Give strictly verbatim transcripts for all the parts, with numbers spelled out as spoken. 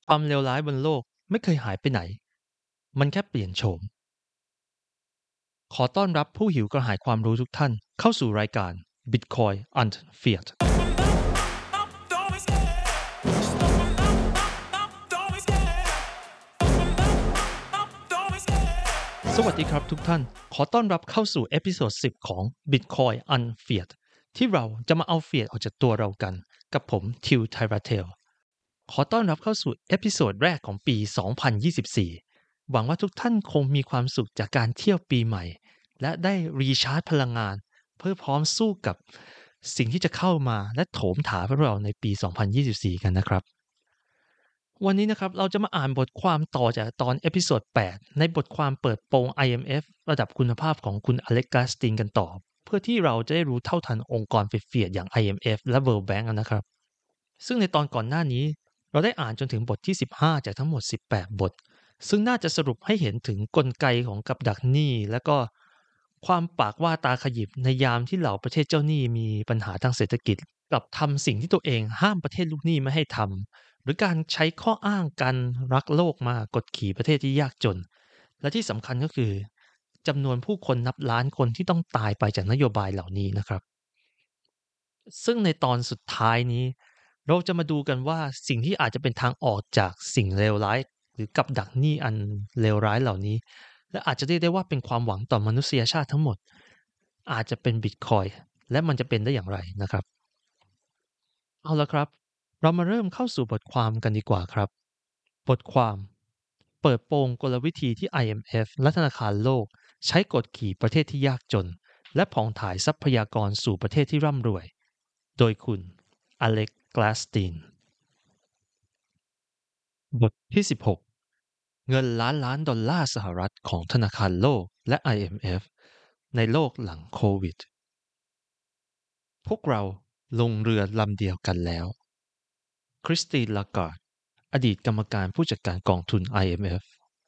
ความเลวร้ายบนโลกไม่เคยหายไปไหน มันแค่เปลี่ยนโฉม ขอต้อนรับผู้หิวกระหายความรู้ทุกท่านเข้าสู่รายการ Bitcoin und Fiat สวัสดีครับทุกท่าน ขอต้อนรับเข้าสู่เอพิโซดสิบของ Bitcoin und Fiat ที่เราจะมาเอา Fiat ออกจากตัวเรากันกับผมทิวไทราเทลขอต้อนรับเข้าสู่เอพิโซดแรกของปี สองพันยี่สิบสี่ หวังว่าทุกท่านคงมีความสุขจากการเที่ยวปีใหม่และได้รีชาร์จพลังงานเพื่อพร้อมสู้กับสิ่งที่จะเข้ามาและโถมถาพวกเราในปี สองพันยี่สิบสี่ กันนะครับวันนี้นะครับเราจะมาอ่านบทความต่อจากตอนเอพิโซดแปดในบทความเปิดโปง ไอ เอ็ม เอฟ ระดับคุณภาพของคุณอเล็ก กาสตินกันต่อเพื่อที่เราจะได้รู้เท่าทันองค์กรเฟียดๆอย่าง ไอ เอ็ม เอฟ และ World Bank นะครับซึ่งในตอนก่อนหน้านี้เราได้อ่านจนถึงบทที่สิบห้าจากทั้งหมดสิบแปดบทซึ่งน่าจะสรุปให้เห็นถึงกลไกของกับดักหนี้และก็ความปากว่าตาขยิบในยามที่เหล่าประเทศเจ้าหนี้มีปัญหาทางเศรษฐกิจกลับทำสิ่งที่ตัวเองห้ามประเทศลูกหนี้ไม่ให้ทำหรือการใช้ข้ออ้างการรักโลกมากดขี่ประเทศที่ยากจนและที่สำคัญก็คือจำนวนผู้คนนับล้านคนที่ต้องตายไปจากนโยบายเหล่านี้นะครับซึ่งในตอนสุดท้ายนี้เราจะมาดูกันว่าสิ่งที่อาจจะเป็นทางออกจากสิ่งเลวร้ายหรือกับดักหนี้อันเลวร้ายเหล่านี้และอาจจะเรียกได้ว่าเป็นความหวังต่อมนุษยชาติทั้งหมดอาจจะเป็นบิตคอยน์และมันจะเป็นได้อย่างไรนะครับเอาละครับเรามาเริ่มเข้าสู่บทความกันดีกว่าครับบทความเปิดโปงกลวิธีที่ ไอ เอ็ม เอฟ และธนาคารโลกใช้กดขี่ประเทศที่ยากจนและผ่องถ่ายทรัพยากรสู่ประเทศที่ร่ำรวยโดยคุณอเล็ก กลาสตีนบทที่สิบหกเงินล้านล้านดอลลาร์สหรัฐของธนาคารโลกและ ไอ เอ็ม เอฟ ในโลกหลังโควิดพวกเราลงเรือลำเดียวกันแล้วคริสตีน ลาการ์ดอดีตกรรมการผู้จัดการกองทุน ไอ เอ็ม เอฟ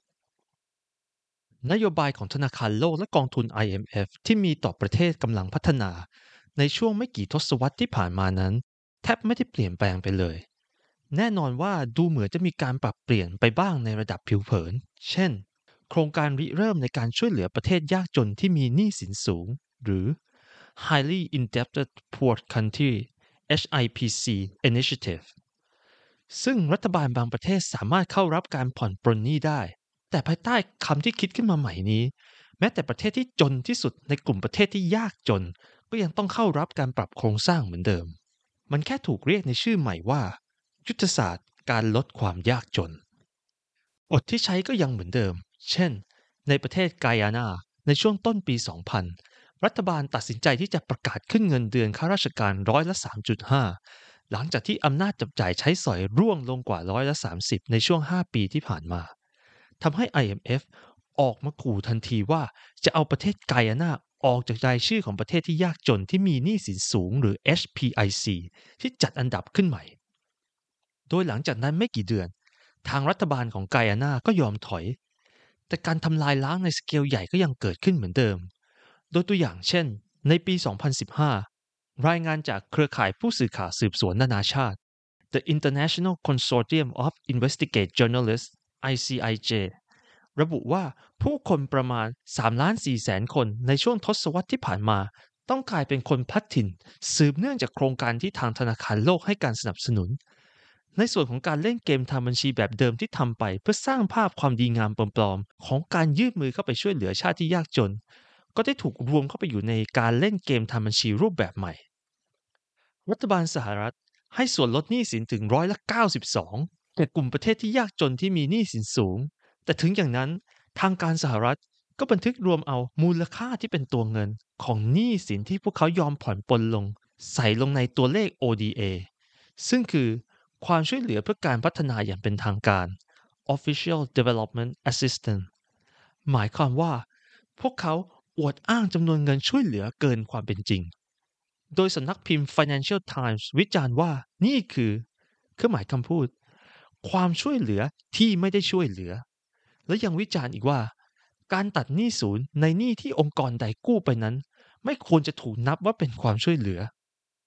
นโยบายของธนาคารโลกและกองทุน ไอ เอ็ม เอฟ ที่มีต่อประเทศกำลังพัฒนาในช่วงไม่กี่ทศวรรษที่ผ่านมานั้นแทบไม่ได้เปลี่ยนแปลงไปเลยแน่นอนว่าดูเหมือนจะมีการปรับเปลี่ยนไปบ้างในระดับผิวเผินเช่นโครงการริเริ่มในการช่วยเหลือประเทศยากจนที่มีหนี้สินสูงหรือ Highly Indebted Poor Country เอช ไอ พี ซี Initiative ซึ่งรัฐบาลบางประเทศสามารถเข้ารับการผ่อนปรนหนี้ได้แต่ภายใต้คำที่คิดขึ้นมาใหม่นี้แม้แต่ประเทศที่จนที่สุดในกลุ่มประเทศที่ยากจนก็ยังต้องเข้ารับการปรับโครงสร้างเหมือนเดิมมันแค่ถูกเรียกในชื่อใหม่ว่ายุทธศาสตร์การลดความยากจนบทที่ใช้ก็ยังเหมือนเดิมเช่นในประเทศไกอานาในช่วงต้นปี สองพัน รัฐบาลตัดสินใจที่จะประกาศขึ้นเงินเดือนข้าราชการร้อยละ สามจุดห้า หลังจากที่อำนาจจับจ่ายใช้สอยร่วงลงกว่าร้อยละสามสิบในช่วงห้าปีที่ผ่านมาทำให้ ไอ เอ็ม เอฟ ออกมาขู่ทันทีว่าจะเอาประเทศไกอานาออกจากรายชื่อของประเทศที่ยากจนที่มีหนี้สินสูงหรือ เอช พี ไอ ซี ที่จัดอันดับขึ้นใหม่โดยหลังจากนั้นไม่กี่เดือนทางรัฐบาลของไกอานาก็ยอมถอยแต่การทำลายล้างในสเกลใหญ่ก็ยังเกิดขึ้นเหมือนเดิมโดยตัวอย่างเช่นในปี สองพันสิบห้า รายงานจากเครือข่ายผู้สื่อข่าวสืบสวนนานาชาติ The International Consortium of Investigate Journalists ไอ ซี ไอ เจ ระบุว่าผู้คนประมาณ สามล้านสี่แสน คนในช่วงทศวรรษที่ผ่านมาต้องกลายเป็นคนพลัดถิ่นสืบเนื่องจากโครงการที่ทางธนาคารโลกให้การสนับสนุนในส่วนของการเล่นเกมทางบัญชีแบบเดิมที่ทำไปเพื่อสร้างภาพความดีงามปลอมๆของการยื่นมือเข้าไปช่วยเหลือชาติที่ยากจนก็ได้ถูกรวมเข้าไปอยู่ในการเล่นเกมทางบัญชีรูปแบบใหม่รัฐบาลสหรัฐให้ส่วนลดหนี้สินถึงร้อยละเก้าสิบสองแก่กลุ่มประเทศที่ยากจนที่มีหนี้สินสูงแต่ถึงอย่างนั้นทางการสหรัฐก็บันทึกรวมเอามูลค่าที่เป็นตัวเงินของหนี้สินที่พวกเขายอมผ่อนปลนลงใส่ลงในตัวเลข โอ ดี เอ ซึ่งคือความช่วยเหลือเพื่อการพัฒนาอย่างเป็นทางการ Official Development Assistance หมายความว่าพวกเขาอวดอ้างจำนวนเงินช่วยเหลือเกินความเป็นจริงโดยสำนักพิมพ์ Financial Times วิจารณ์ว่านี่คือเครื่องหมายคำพูดความช่วยเหลือที่ไม่ได้ช่วยเหลือและยังวิจารณ์อีกว่าการตัดหนี้ศูนย์ในหนี้ที่องค์กรใดกู้ไปนั้นไม่ควรจะถูกนับว่าเป็นความช่วยเหลือ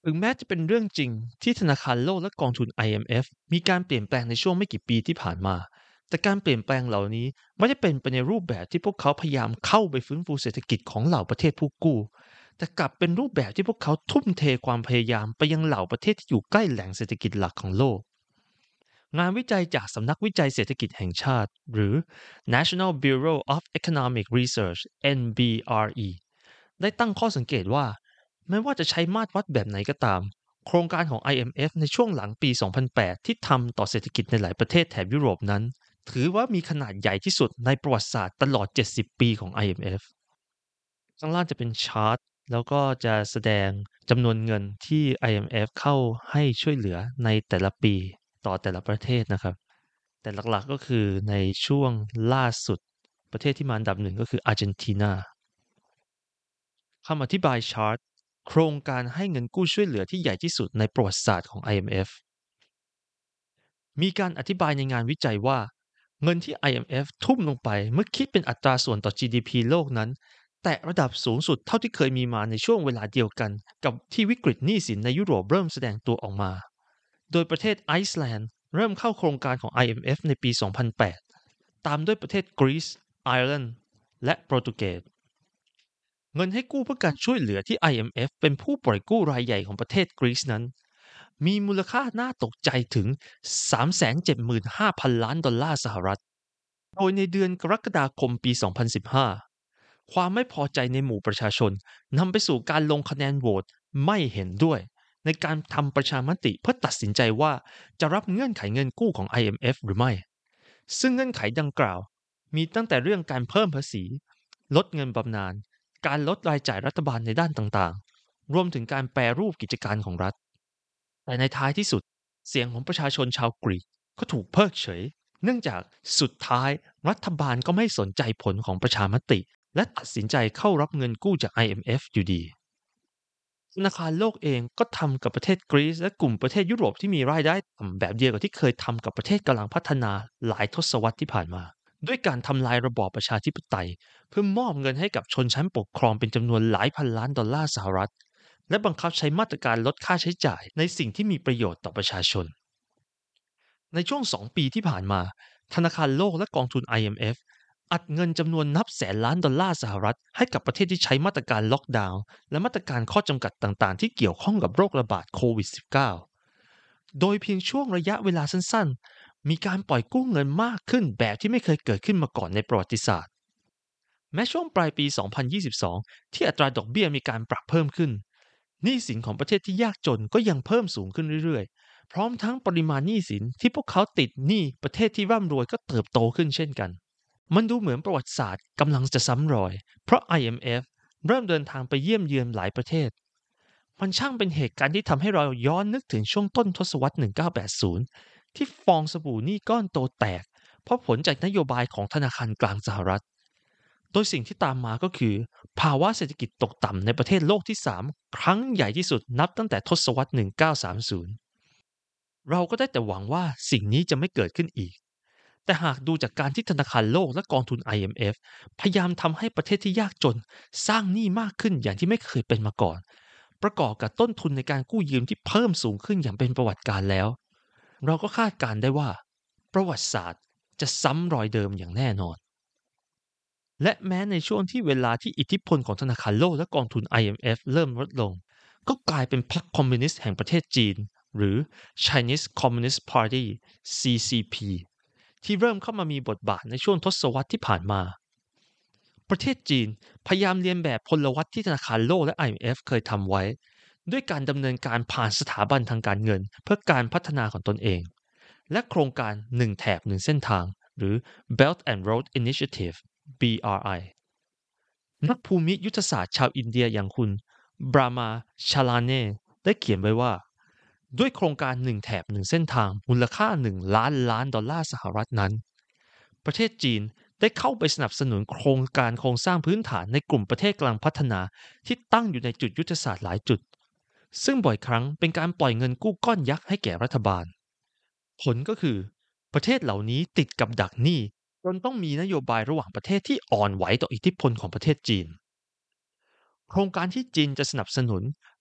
ถึงแม้จะเป็นเรื่องจริงที่ธนาคารโลกและกองทุน ไอ เอ็ม เอฟ มีการเปลี่ยนแปลงในช่วงไม่กี่ปีที่ผ่านมาแต่การเปลี่ยนแปลงเหล่านี้ไม่ได้เป็นไปในรูปแบบที่พวกเขาพยายามเข้าไปฟื้นฟูเศรษฐกิจของเหล่าประเทศผู้กู้แต่กลับเป็นรูปแบบที่พวกเขาทุ่มเทความพยายามไปยังเหล่าประเทศที่อยู่ใกล้แหล่งเศรษฐกิจหลักของโลกงานวิจัยจากสำนักวิจัยเศรษฐกิจแห่งชาติหรือ National Bureau of Economic Research เอ็น บี อาร์ อี ได้ตั้งข้อสังเกตว่าไม่ว่าจะใช้มาตรวัดแบบไหนก็ตามโครงการของ ไอ เอ็ม เอฟ ในช่วงหลังปี สองพันแปด ที่ทำต่อเศรษฐกิจในหลายประเทศแถบยุโรปนั้นถือว่ามีขนาดใหญ่ที่สุดในประวัติศาสตร์ตลอด เจ็ดสิบ ปีของ ไอ เอ็ม เอฟ ข้างล่างจะเป็นชาร์ตแล้วก็จะแสดงจำนวนเงินที่ ไอ เอ็ม เอฟ เข้าให้ช่วยเหลือในแต่ละปีต่อแต่ละประเทศนะครับแต่หลักๆก็คือในช่วงล่าสุดประเทศที่มาอันดับหนึ่งก็คืออาร์เจนตินาคำอธิบายชาร์ตโครงการให้เงินกู้ช่วยเหลือที่ใหญ่ที่สุดในประวัติศาสตร์ของ ไอ เอ็ม เอฟ มีการอธิบายในงานวิจัยว่าเงินที่ ไอ เอ็ม เอฟ ทุ่มลงไปเมื่อคิดเป็นอัตราส่วนต่อ จี ดี พี โลกนั้นแตะระดับสูงสุดเท่าที่เคยมีมาในช่วงเวลาเดียวกันกับที่วิกฤตหนี้สินในยุโรปเริ่มแสดงตัวออกมา โดยประเทศไอซ์แลนด์เริ่มเข้าโครงการของ ไอ เอ็ม เอฟ ในปี สองพันแปด ตามด้วยประเทศกรีซไอร์แลนด์และโปรตุเกสเงินให้กู้เพื่อการช่วยเหลือที่ ไอ เอ็ม เอฟ เป็นผู้ปล่อยกู้รายใหญ่ของประเทศกรีซนั้นมีมูลค่าน่าตกใจถึง สามแสนเจ็ดหมื่นห้าพัน ล้านดอลลาร์สหรัฐโดยในเดือนกรกฎาคมปี สองพันสิบห้า ความไม่พอใจในหมู่ประชาชนนำไปสู่การลงคะแนนโหวตไม่เห็นด้วยในการทำประชามติเพื่อตัดสินใจว่าจะรับเงื่อนไขเงินกู้ของ ไอ เอ็ม เอฟ หรือไม่ซึ่งเงื่อนไขดังกล่าวมีตั้งแต่เรื่องการเพิ่มภาษีลดเงินบำนาญการลดรายจ่ายรัฐบาลในด้านต่างๆรวมถึงการแปรรูปกิจการของรัฐแต่ในท้ายที่สุดเสียงของประชาชนชาวกรีกก็ถูกเพิกเฉยเนื่องจากสุดท้ายรัฐบาลก็ไม่สนใจผลของประชามติและตัดสินใจเข้ารับเงินกู้จาก ไอ เอ็ม เอฟ อยู่ดีธนาคารโลกเองก็ทำกับประเทศกรีซและกลุ่มประเทศยุโรปที่มีรายได้ต่ำแบบเดียวกับที่เคยทำกับประเทศกำลังพัฒนาหลายทศวรรษที่ผ่านมาด้วยการทำลายระบอบประชาธิปไตยเพื่อมอบเงินให้กับชนชั้นปกครองเป็นจำนวนหลายพันล้านดอลลาร์สหรัฐและบังคับใช้มาตรการลดค่าใช้จ่ายในสิ่งที่มีประโยชน์ต่อประชาชนในช่วงสองปีที่ผ่านมาธนาคารโลกและกองทุน ไอ เอ็ม เอฟ อัดเงินจำนวนนับแสนล้านดอลลาร์สหรัฐให้กับประเทศที่ใช้มาตรการล็อกดาวน์และมาตรการข้อจำกัดต่างๆที่เกี่ยวข้องกับโรคระบาดโควิด สิบเก้า โดยเพียงช่วงระยะเวลาสั้นๆมีการปล่อยกู้เงินมากขึ้นแบบที่ไม่เคยเกิดขึ้นมาก่อนในประวัติศาสตร์แม้ช่วงปลายปี สองพันยี่สิบสอง ที่อัตราดอกเบี้ยมีการปรับเพิ่มขึ้นหนี้สินของประเทศที่ยากจนก็ยังเพิ่มสูงขึ้นเรื่อยๆพร้อมทั้งปริมาณหนี้สินที่พวกเขาติดหนี้ประเทศที่ร่ำรวยก็เติบโตขึ้นเช่นกันมันดูเหมือนประวัติศาสตร์กำลังจะซ้ำรอยเพราะ ไอ เอ็ม เอฟ เริ่มเดินทางไปเยี่ยมเยือนหลายประเทศมันช่างเป็นเหตุการณ์ที่ทำให้เราย้อนนึกถึงช่วงต้นทศวรรษ หนึ่งพันเก้าร้อยแปดสิบ ที่ฟองสบู่หนี้ก้อนโตแตกเพราะผลจากนโยบายของธนาคารกลางสหรัฐโดยสิ่งที่ตามมาก็คือภาวะเศรษฐกิจตกต่ำในประเทศโลกที่สามครั้งใหญ่ที่สุดนับตั้งแต่ทศวรรษ หนึ่งพันเก้าร้อยสามสิบ เราก็ได้แต่หวังว่าสิ่งนี้จะไม่เกิดขึ้นอีกแต่หากดูจากการที่ธนาคารโลกและกองทุน ไอ เอ็ม เอฟ พยายามทำให้ประเทศที่ยากจนสร้างหนี้มากขึ้นอย่างที่ไม่เคยเป็นมาก่อนประกอบกับต้นทุนในการกู้ยืมที่เพิ่มสูงขึ้นอย่างเป็นประวัติการณ์แล้วเราก็คาดการณ์ได้ว่าประวัติศาสตร์จะซ้ำรอยเดิมอย่างแน่นอนและแม้ในช่วงที่เวลาที่อิทธิพลของธนาคารโลกและกองทุน ไอ เอ็ม เอฟ เริ่มลดลงก็กลายเป็นพรรคคอมมิวนิสต์แห่งประเทศจีนหรือ Chinese Communist Party ซี ซี พี ที่เริ่มเข้ามามีบทบาทในช่วงทศวรรษที่ผ่านมา ประเทศจีนพยายามเลียนแบบพลวัตที่ธนาคารโลกและ ไอ เอ็ม เอฟ เคยทำไว้ด้วยการดำเนินการผ่านสถาบันทางการเงินเพื่อการพัฒนาของตนเองและโครงการหนึ่งแถบหนึ่งเส้นทางหรือ Belt and Road Initiative บี อาร์ ไอ นักภูมิยุทธศาสตร์ชาวอินเดียอย่างคุณบรามาชาลาเน่ได้เขียนไว้ว่าด้วยโครงการหนึ่งแถบหนึ่งเส้นทางมูลค่าหนึ่งล้านล้านดอลลาร์สหรัฐนั้นประเทศจีนได้เข้าไปสนับสนุนโครงการโครงสร้างพื้นฐานในกลุ่มประเทศกำลังพัฒนาที่ตั้งอยู่ในจุดยุทธศาสตร์หลายจุดซึ่งบ่อยครั้งเป็นการปล่อยเงินกู้ก้อนยักษ์ให้แก่รัฐบาลผลก็คือประเทศเหล่านี้ติดกับดักหนี้จนต้องมีนโยบายระหว่างประเทศที่อ่อนไหวต่ออิทธิพลของประเทศจีนโครงการที่จีนจะสนับสนุน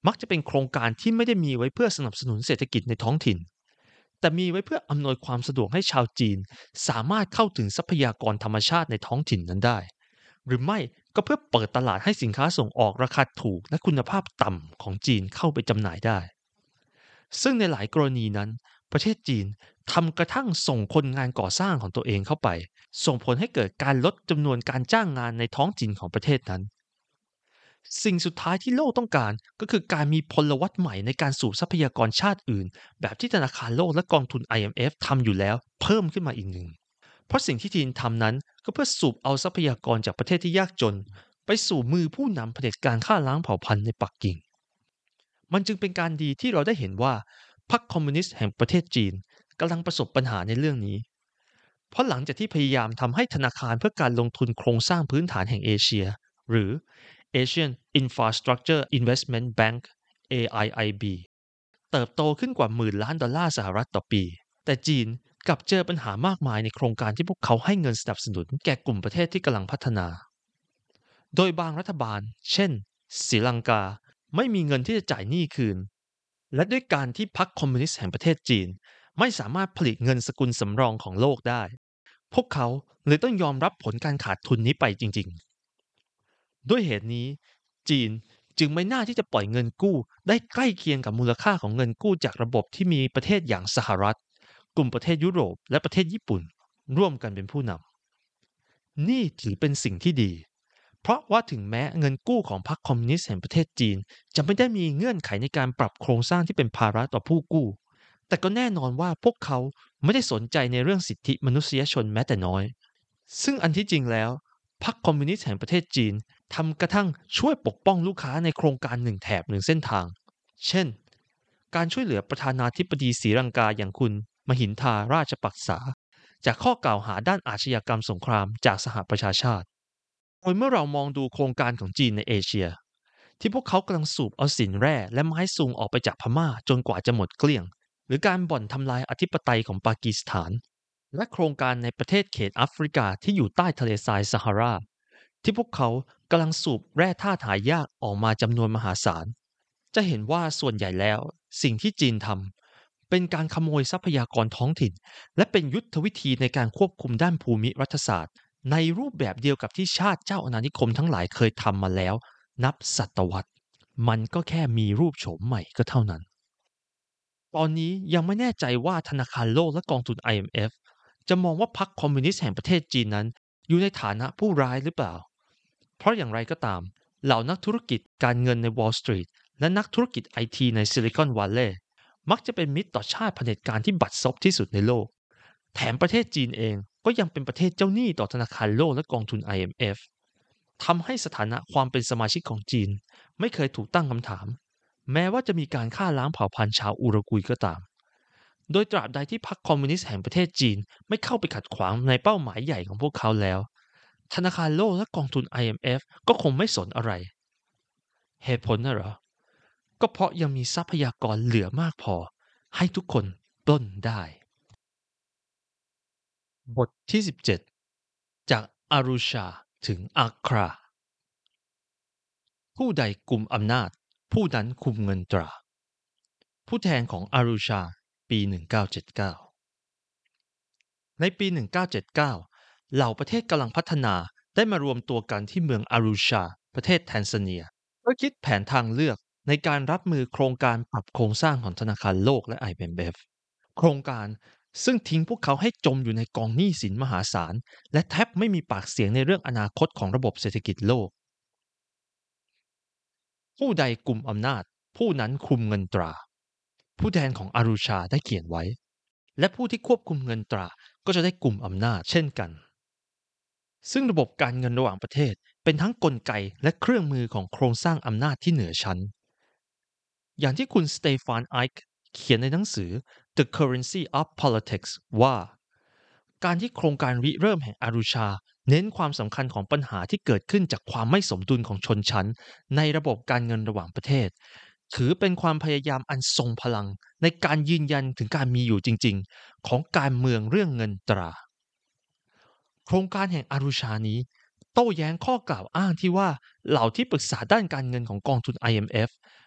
มักจะเป็นโครงการที่ไม่ได้มีไว้เพื่อสนับสนุนเศรษฐกิจในท้องถิ่นแต่มีไว้เพื่ออำนวยความสะดวกให้ชาวจีนสามารถเข้าถึงทรัพยากรธรรมชาติในท้องถิ่นนั้นได้หรือไม่ก็เพื่อเปิดตลาดให้สินค้าส่งออกราคาถูกและคุณภาพต่ำของจีนเข้าไปจำหน่ายได้ซึ่งในหลายกรณีนั้นประเทศจีนทำกระทั่งส่งคนงานก่อสร้างของตัวเองเข้าไปส่งผลให้เกิดการลดจำนวนการจ้างงานในท้องถิ่นของประเทศนั้นสิ่งสุดท้ายที่โลกต้องการก็คือการมีพลวัตใหม่ในการสูบทรัพยากรชาติอื่นแบบที่ธนาคารโลกและกองทุน ไอ เอ็ม เอฟ ทำอยู่แล้วเพิ่มขึ้นมาอีกหนึ่งเพราะสิ่งที่จีนทำนั้นก็เพื่อสูบเอาทรัพยากรจากประเทศที่ยากจนไปสู่มือผู้นำเผด็จการฆ่าล้างเผ่าพันธุ์ในปักกิ่งมันจึงเป็นการดีที่เราได้เห็นว่าพรรคคอมมิวนิสต์แห่งประเทศจีนกำลังประสบปัญหาในเรื่องนี้เพราะหลังจากที่พยายามทำให้ธนาคารเพื่อการลงทุนโครงสร้างพื้นฐานแห่งเอเชียหรือ Asian Infrastructure Investment Bank เอ ไอ ไอ บี เติบโตขึ้นกว่าหมื่นล้านดอลลาร์สหรัฐต่อปีแต่จีนกลับเจอปัญหามากมายในโครงการที่พวกเขาให้เงินสนับสนุนแก่กลุ่มประเทศที่กำลังพัฒนาโดยบางรัฐบาลเช่นศรีลังกาไม่มีเงินที่จะจ่ายหนี้คืนและด้วยการที่พรรคคอมมิวนิสต์แห่งประเทศจีนไม่สามารถผลิตเงินสกุลสำรองของโลกได้พวกเขาเลยต้องยอมรับผลการขาดทุนนี้ไปจริงๆด้วยเหตุนี้จีนจึงไม่น่าที่จะปล่อยเงินกู้ได้ใกล้เคียงกับมูลค่าของเงินกู้จากระบบที่มีประเทศอย่างสหรัฐกลุ่มประเทศยุโรปและประเทศญี่ปุ่นร่วมกันเป็นผู้นำนี่ถือเป็นสิ่งที่ดีเพราะว่าถึงแม้เงินกู้ของพรรคคอมมิวนิสต์แห่งประเทศจีนจะไม่ได้มีเงื่อนไขในการปรับโครงสร้างที่เป็นภาระต่อผู้กู้แต่ก็แน่นอนว่าพวกเขาไม่ได้สนใจในเรื่องสิทธิมนุษยชนแม้แต่น้อยซึ่งอันที่จริงแล้วพรรคคอมมิวนิสต์แห่งประเทศจีนทำกระทั่งช่วยปกป้องลูกค้าในโครงการหนึ่งแถบหนึ่งเส้นทางเช่นการช่วยเหลือประธานาธิบดีศรีลังกาอย่างคุณมหินทาราชปักษาจากข้อกล่าวหาด้านอาชญากรรมสงครามจากสหประชาชาติโดยเมื่อเรามองดูโครงการของจีนในเอเชียที่พวกเขากำลังสูบเอาสินแร่และไม้ซุงออกไปจากพม่าจนกว่าจะหมดเกลี้ยงหรือการบ่อนทำลายอธิปไตยของปากีสถานและโครงการในประเทศเขตแอฟริกาที่อยู่ใต้ทะเลทรายซาฮาราที่พวกเขากำลังสูบแร่ธาตุหายากออกมาจำนวนมหาศาลจะเห็นว่าส่วนใหญ่แล้วสิ่งที่จีนทำเป็นการขโมยทรัพยากรท้องถิ่นและเป็นยุทธวิธีในการควบคุมด้านภูมิรัฐศาสตร์ในรูปแบบเดียวกับที่ชาติเจ้าอาณานิคมทั้งหลายเคยทำมาแล้วนับศตวรรษมันก็แค่มีรูปโฉมใหม่ก็เท่านั้นตอนนี้ยังไม่แน่ใจว่าธนาคารโลกและกองทุน ไอ เอ็ม เอฟ จะมองว่าพรรคคอมมิวนิสต์แห่งประเทศจีนนั้นอยู่ในฐานะผู้ร้ายหรือเปล่าเพราะอย่างไรก็ตามเหล่านักธุรกิจการเงินใน Wall Street และนักธุรกิจไอทีในซิลิคอนวัลเลย์มักจะเป็นมิตรต่อชาติเผด็จการที่บัดซบที่สุดในโลกแถมประเทศจีนเองก็ยังเป็นประเทศเจ้าหนี้ต่อธนาคารโลกและกองทุน ไอ เอ็ม เอฟ ทำให้สถานะความเป็นสมาชิกของจีนไม่เคยถูกตั้งคำถามแม้ว่าจะมีการฆ่าล้างเผ่าพันธุ์ชาวอุรุกวัยก็ตามโดยตราบใดที่พรรคคอมมิวนิสต์แห่งประเทศจีนไม่เข้าไปขัดขวางในเป้าหมายใหญ่ของพวกเขาแล้วธนาคารโลกและกองทุน ไอ เอ็ม เอฟ ก็คงไม่สนอะไรเหตุผลน่ะเหรอก็เพราะยังมีทรัพยากรเหลือมากพอให้ทุกคนปล้นได้บทที่สิบเจ็ดจากอารุชาถึงอัคราผู้ใดกุมอำนาจผู้นั้นคุมเงินตราผู้แทนของอารุชาปีหนึ่งเก้าเจ็ดเก้าในปีหนึ่งเก้าเจ็ดเก้าเหล่าประเทศกำลังพัฒนาได้มารวมตัวกันที่เมืองอารุชาประเทศแทนซาเนียเพื่อคิดแผนทางเลือกในการรับมือโครงการปรับโครงสร้างของธนาคารโลกและ ไอ เอ็ม เอฟ โครงการซึ่งทิ้งพวกเขาให้จมอยู่ในกองหนี้สินมหาศาลและแทบไม่มีปากเสียงในเรื่องอนาคตของระบบเศรษฐกิจโลกผู้ใดกุมอำนาจผู้นั้นคุมเงินตราผู้แทนของอารุชาได้เขียนไว้และผู้ที่ควบคุมเงินตราก็จะได้กุมอำนาจเช่นกันซึ่งระบบการเงินระหว่างประเทศเป็นทั้งกลไกและเครื่องมือของโครงสร้างอำนาจที่เหนือชั้นอย่างที่คุณสเตฟานไอค์เขียนในหนังสือ The Currency of Politics ว่าการที่โครงการริเริ่มแห่งอารุชาเน้นความสำคัญของปัญหาที่เกิดขึ้นจากความไม่สมดุลของชนชั้นในระบบการเงินระหว่างประเทศถือเป็นความพยายามอันทรงพลังในการยืนยันถึงการมีอยู่จริงๆของการเมืองเรื่องเงินตราโครงการแห่งอารุชานี้โต้แย้งข้อกล่าวอ้างที่ว่าเหล่าที่ปรึกษาด้านการเงินของกองทุน ไอ เอ็ม เอฟ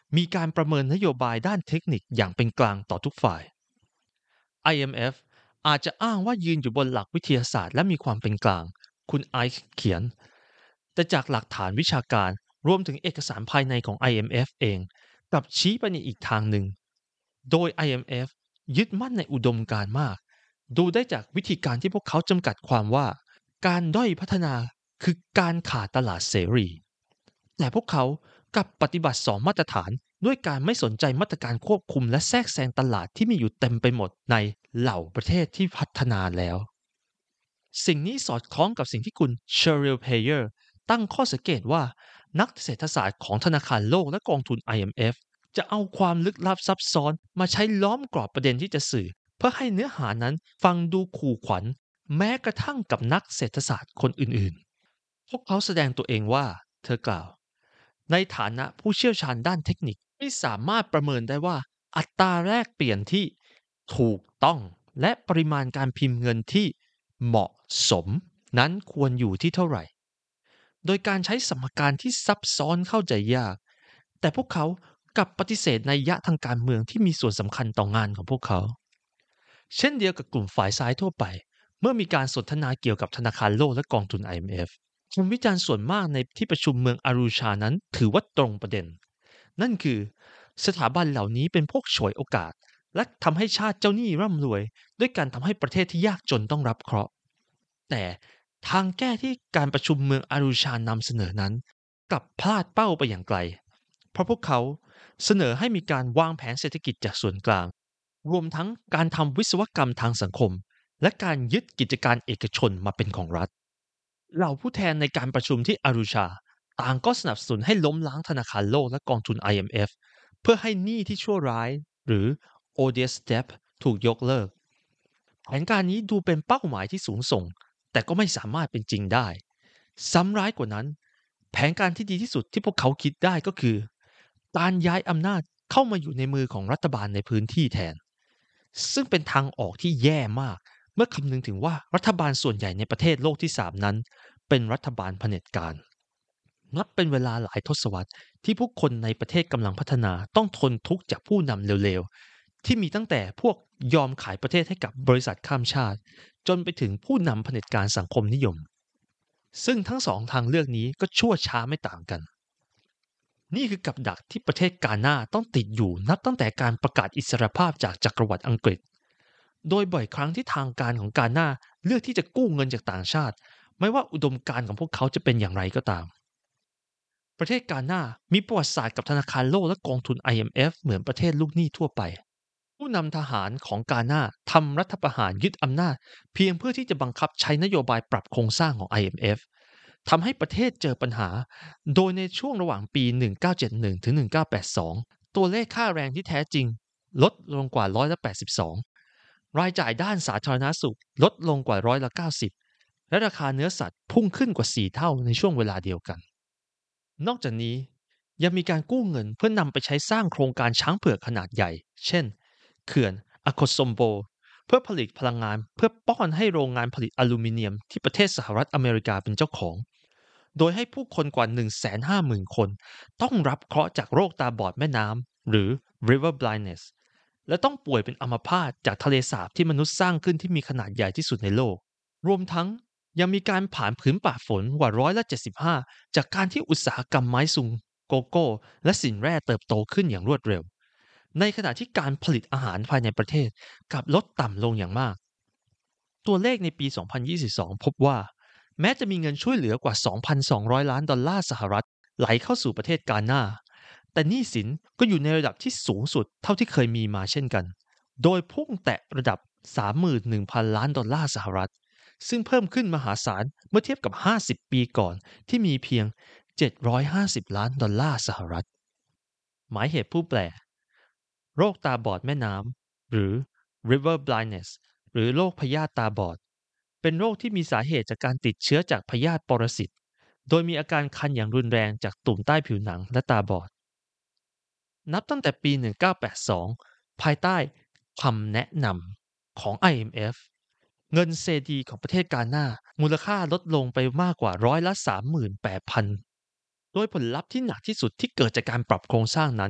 มีการประเมินนโยบายด้านเทคนิคอย่างเป็นกลางต่อทุกฝ่าย ไอ เอ็ม เอฟ อาจจะอ้างว่ายืนอยู่บนหลักวิทยาศาสตร์และมีความเป็นกลางคุณไอซ์เขียนแต่จากหลักฐานวิชาการรวมถึงเอกสารภายในของ ไอ เอ็ม เอฟ เองกลับชี้ไปในอีกทางหนึ่งโดย ไอ เอ็ม เอฟ ยึดมั่นในอุดมการณ์มากดูได้จากวิธีการที่พวกเขาจำกัดความว่าการด้อยพัฒนาคือการขาดตลาดเสรีแต่พวกเขากลับปฏิบัติสองมาตรฐานด้วยการไม่สนใจมาตรการควบคุมและแทรกแซงตลาดที่มีอยู่เต็มไปหมดในเหล่าประเทศที่พัฒนาแล้วสิ่งนี้สอดคล้องกับสิ่งที่คุณเชอริลเพเยอร์ตั้งข้อสังเกตว่านักเศรษฐศาสตร์ของธนาคารโลกและกองทุน ไอ เอ็ม เอฟ จะเอาความลึกลับซับซ้อนมาใช้ล้อมกรอบประเด็นที่จะสื่อเพื่อให้เนื้อหานั้นฟังดูขู่ขวัญแม้กระทั่งกับนักเศรษฐศาสตร์คนอื่นๆพวกเขาแสดงตัวเองว่าเธอกล่าวในฐานะผู้เชี่ยวชาญด้านเทคนิคที่สามารถประเมินได้ว่าอัตราแลกเปลี่ยนที่ถูกต้องและปริมาณการพิมพ์เงินที่เหมาะสมนั้นควรอยู่ที่เท่าไหร่โดยการใช้สมการที่ซับซ้อนเข้าใจยากแต่พวกเขากลับปฏิเสธนัยยะทางการเมืองที่มีส่วนสำคัญต่องานของพวกเขาเช่นเดียวกับกลุ่มฝ่ายซ้ายทั่วไปเมื่อมีการสนทนาเกี่ยวกับธนาคารโลกและกองทุน ไอ เอ็ม เอฟ คนวิจารณ์ส่วนมากในที่ประชุมเมืองอารูชานั้นถือว่าตรงประเด็นนั่นคือสถาบันเหล่านี้เป็นพวกฉวยโอกาสและทำให้ชาติเจ้าหนี้ร่ำรวยด้วยการทำให้ประเทศที่ยากจนต้องรับเคราะห์แต่ทางแก้ที่การประชุมเมืองอารูชานำเสนอนั้นกลับพลาดเป้าไปอย่างไกลเพราะพวกเขาเสนอให้มีการวางแผนเศรษฐกิจจากส่วนกลางรวมทั้งการทำวิศวกรรมทางสังคมและการยึดกิจการเอกชนมาเป็นของรัฐเหล่าผู้แทนในการประชุมที่อารูชาต่างก็สนับสนุนให้ล้มล้างธนาคารโลกและกองทุน ไอ เอ็ม เอฟ เพื่อให้หนี้ที่ชั่วร้ายหรือ โอ ดี เอส Debt ถูกยกเลิกแผนการนี้ดูเป็นเป้าหมายที่สูงส่งแต่ก็ไม่สามารถเป็นจริงได้ซ้ำร้ายกว่านั้นแผนการที่ดีที่สุดที่พวกเขาคิดได้ก็คือการย้ายอำนาจเข้ามาอยู่ในมือของรัฐบาลในพื้นที่แทนซึ่งเป็นทางออกที่แย่มากเมื่อคำนึงถึงว่ารัฐบาลส่วนใหญ่ในประเทศโลกที่สามนั้นเป็นรัฐบาลเผด็จการนับเป็นเวลาหลายทศวรรษที่ผู้คนในประเทศกำลังพัฒนาต้องทนทุกข์จากผู้นำเร็วๆที่มีตั้งแต่พวกยอมขายประเทศให้กับบริษัทข้ามชาติจนไปถึงผู้นำเผด็จการสังคมนิยมซึ่งทั้งสองทางเลือกนี้ก็ชั่วช้าไม่ต่างกันนี่คือกับดักที่ประเทศกาน่าต้องติดอยู่นับตั้งแต่การประกาศอิสรภาพจากจักรวรรดิอังกฤษโดยบ่อยครั้งที่ทางการของกาน่าเลือกที่จะกู้เงินจากต่างชาติไม่ว่าอุดมการณ์ของพวกเขาจะเป็นอย่างไรก็ตามประเทศกาน่ามีประวัติศาสตร์กับธนาคารโลกและกองทุน ไอ เอ็ม เอฟ เหมือนประเทศลูกหนี้ทั่วไปผู้นำทหารของกาน่าทำรัฐประหารยึดอำนาจเพียงเพื่อที่จะบังคับใช้นโยบายปรับโครงสร้างของ ไอ เอ็ม เอฟ ทำให้ประเทศเจอปัญหาโดยในช่วงระหว่างปี หนึ่งพันเก้าร้อยเจ็ดสิบเอ็ด ถึง หนึ่งพันเก้าร้อยแปดสิบสอง ตัวเลขค่าแรงที่แท้จริงลดลงกว่าร้อยละแปดสิบสองรายจ่ายด้านสาธารณสุขลดลงกว่าร้อยละเก้าสิบและราคาเนื้อสัตว์พุ่งขึ้นกว่าสี่เท่าในช่วงเวลาเดียวกันนอกจากนี้ยังมีการกู้เงินเพื่อนำไปใช้สร้างโครงการช้างเผือกขนาดใหญ่เช่นเขื่อนอะโคซอมโบเพื่อผลิตพลังงานเพื่อป้อนให้โรงงานผลิตอลูมิเนียมที่ประเทศสหรัฐอเมริกาเป็นเจ้าของโดยให้ผู้คนกว่า หนึ่งแสนห้าหมื่น คนต้องรับเคราะห์จากโรคตาบอดแม่น้ำหรือ river blindness และต้องป่วยเป็นอัมพาตจากทะเลสาบที่มนุษย์สร้างขึ้นที่มีขนาดใหญ่ที่สุดในโลกรวมทั้งยังมีการผ่านผืนป่าฝนกว่าร้อยละเจ็ดสิบห้าจากการที่อุตสาหกรรมไม้ซุงโกโก้และสินแร่เติบโตขึ้นอย่างรวดเร็วในขณะที่การผลิตอาหารภายในประเทศกลับลดต่ำลงอย่างมากตัวเลขในปี สองพันยี่สิบสอง พบว่าแม้จะมีเงินช่วยเหลือกว่า สองพันสองร้อย ล้านดอลลาร์สหรัฐไหลเข้าสู่ประเทศกาน่าแต่หนี้สินก็อยู่ในระดับที่สูงสุดเท่าที่เคยมีมาเช่นกันโดยพุ่งแตะระดับ สามหมื่นหนึ่งพัน ล้านดอลลาร์สหรัฐซึ่งเพิ่มขึ้นมหาศาลเมื่อเทียบกับห้าสิบปีก่อนที่มีเพียงเจ็ดร้อยห้าสิบล้านดอลลาร์สหรัฐหมายเหตุผู้แปลโรคตาบอดแม่น้ำหรือ river blindness หรือโรคพยาธิตาบอดเป็นโรคที่มีสาเหตุจากการติดเชื้อจากพยาธิปรสิตโดยมีอาการคันอย่างรุนแรงจากตุ่มใต้ผิวหนังและตาบอดนับตั้งแต่ปี หนึ่งพันเก้าร้อยแปดสิบสอง ภายใต้คำแนะนำของ ไอ เอ็ม เอฟ เงินเซดีของประเทศกาน่ามูลค่าลดลงไปมากกว่าร้อยละ สามหมื่นแปดพัน โดยผลลัพธ์ที่หนักที่สุดที่เกิดจากการปรับโครงสร้างนั้น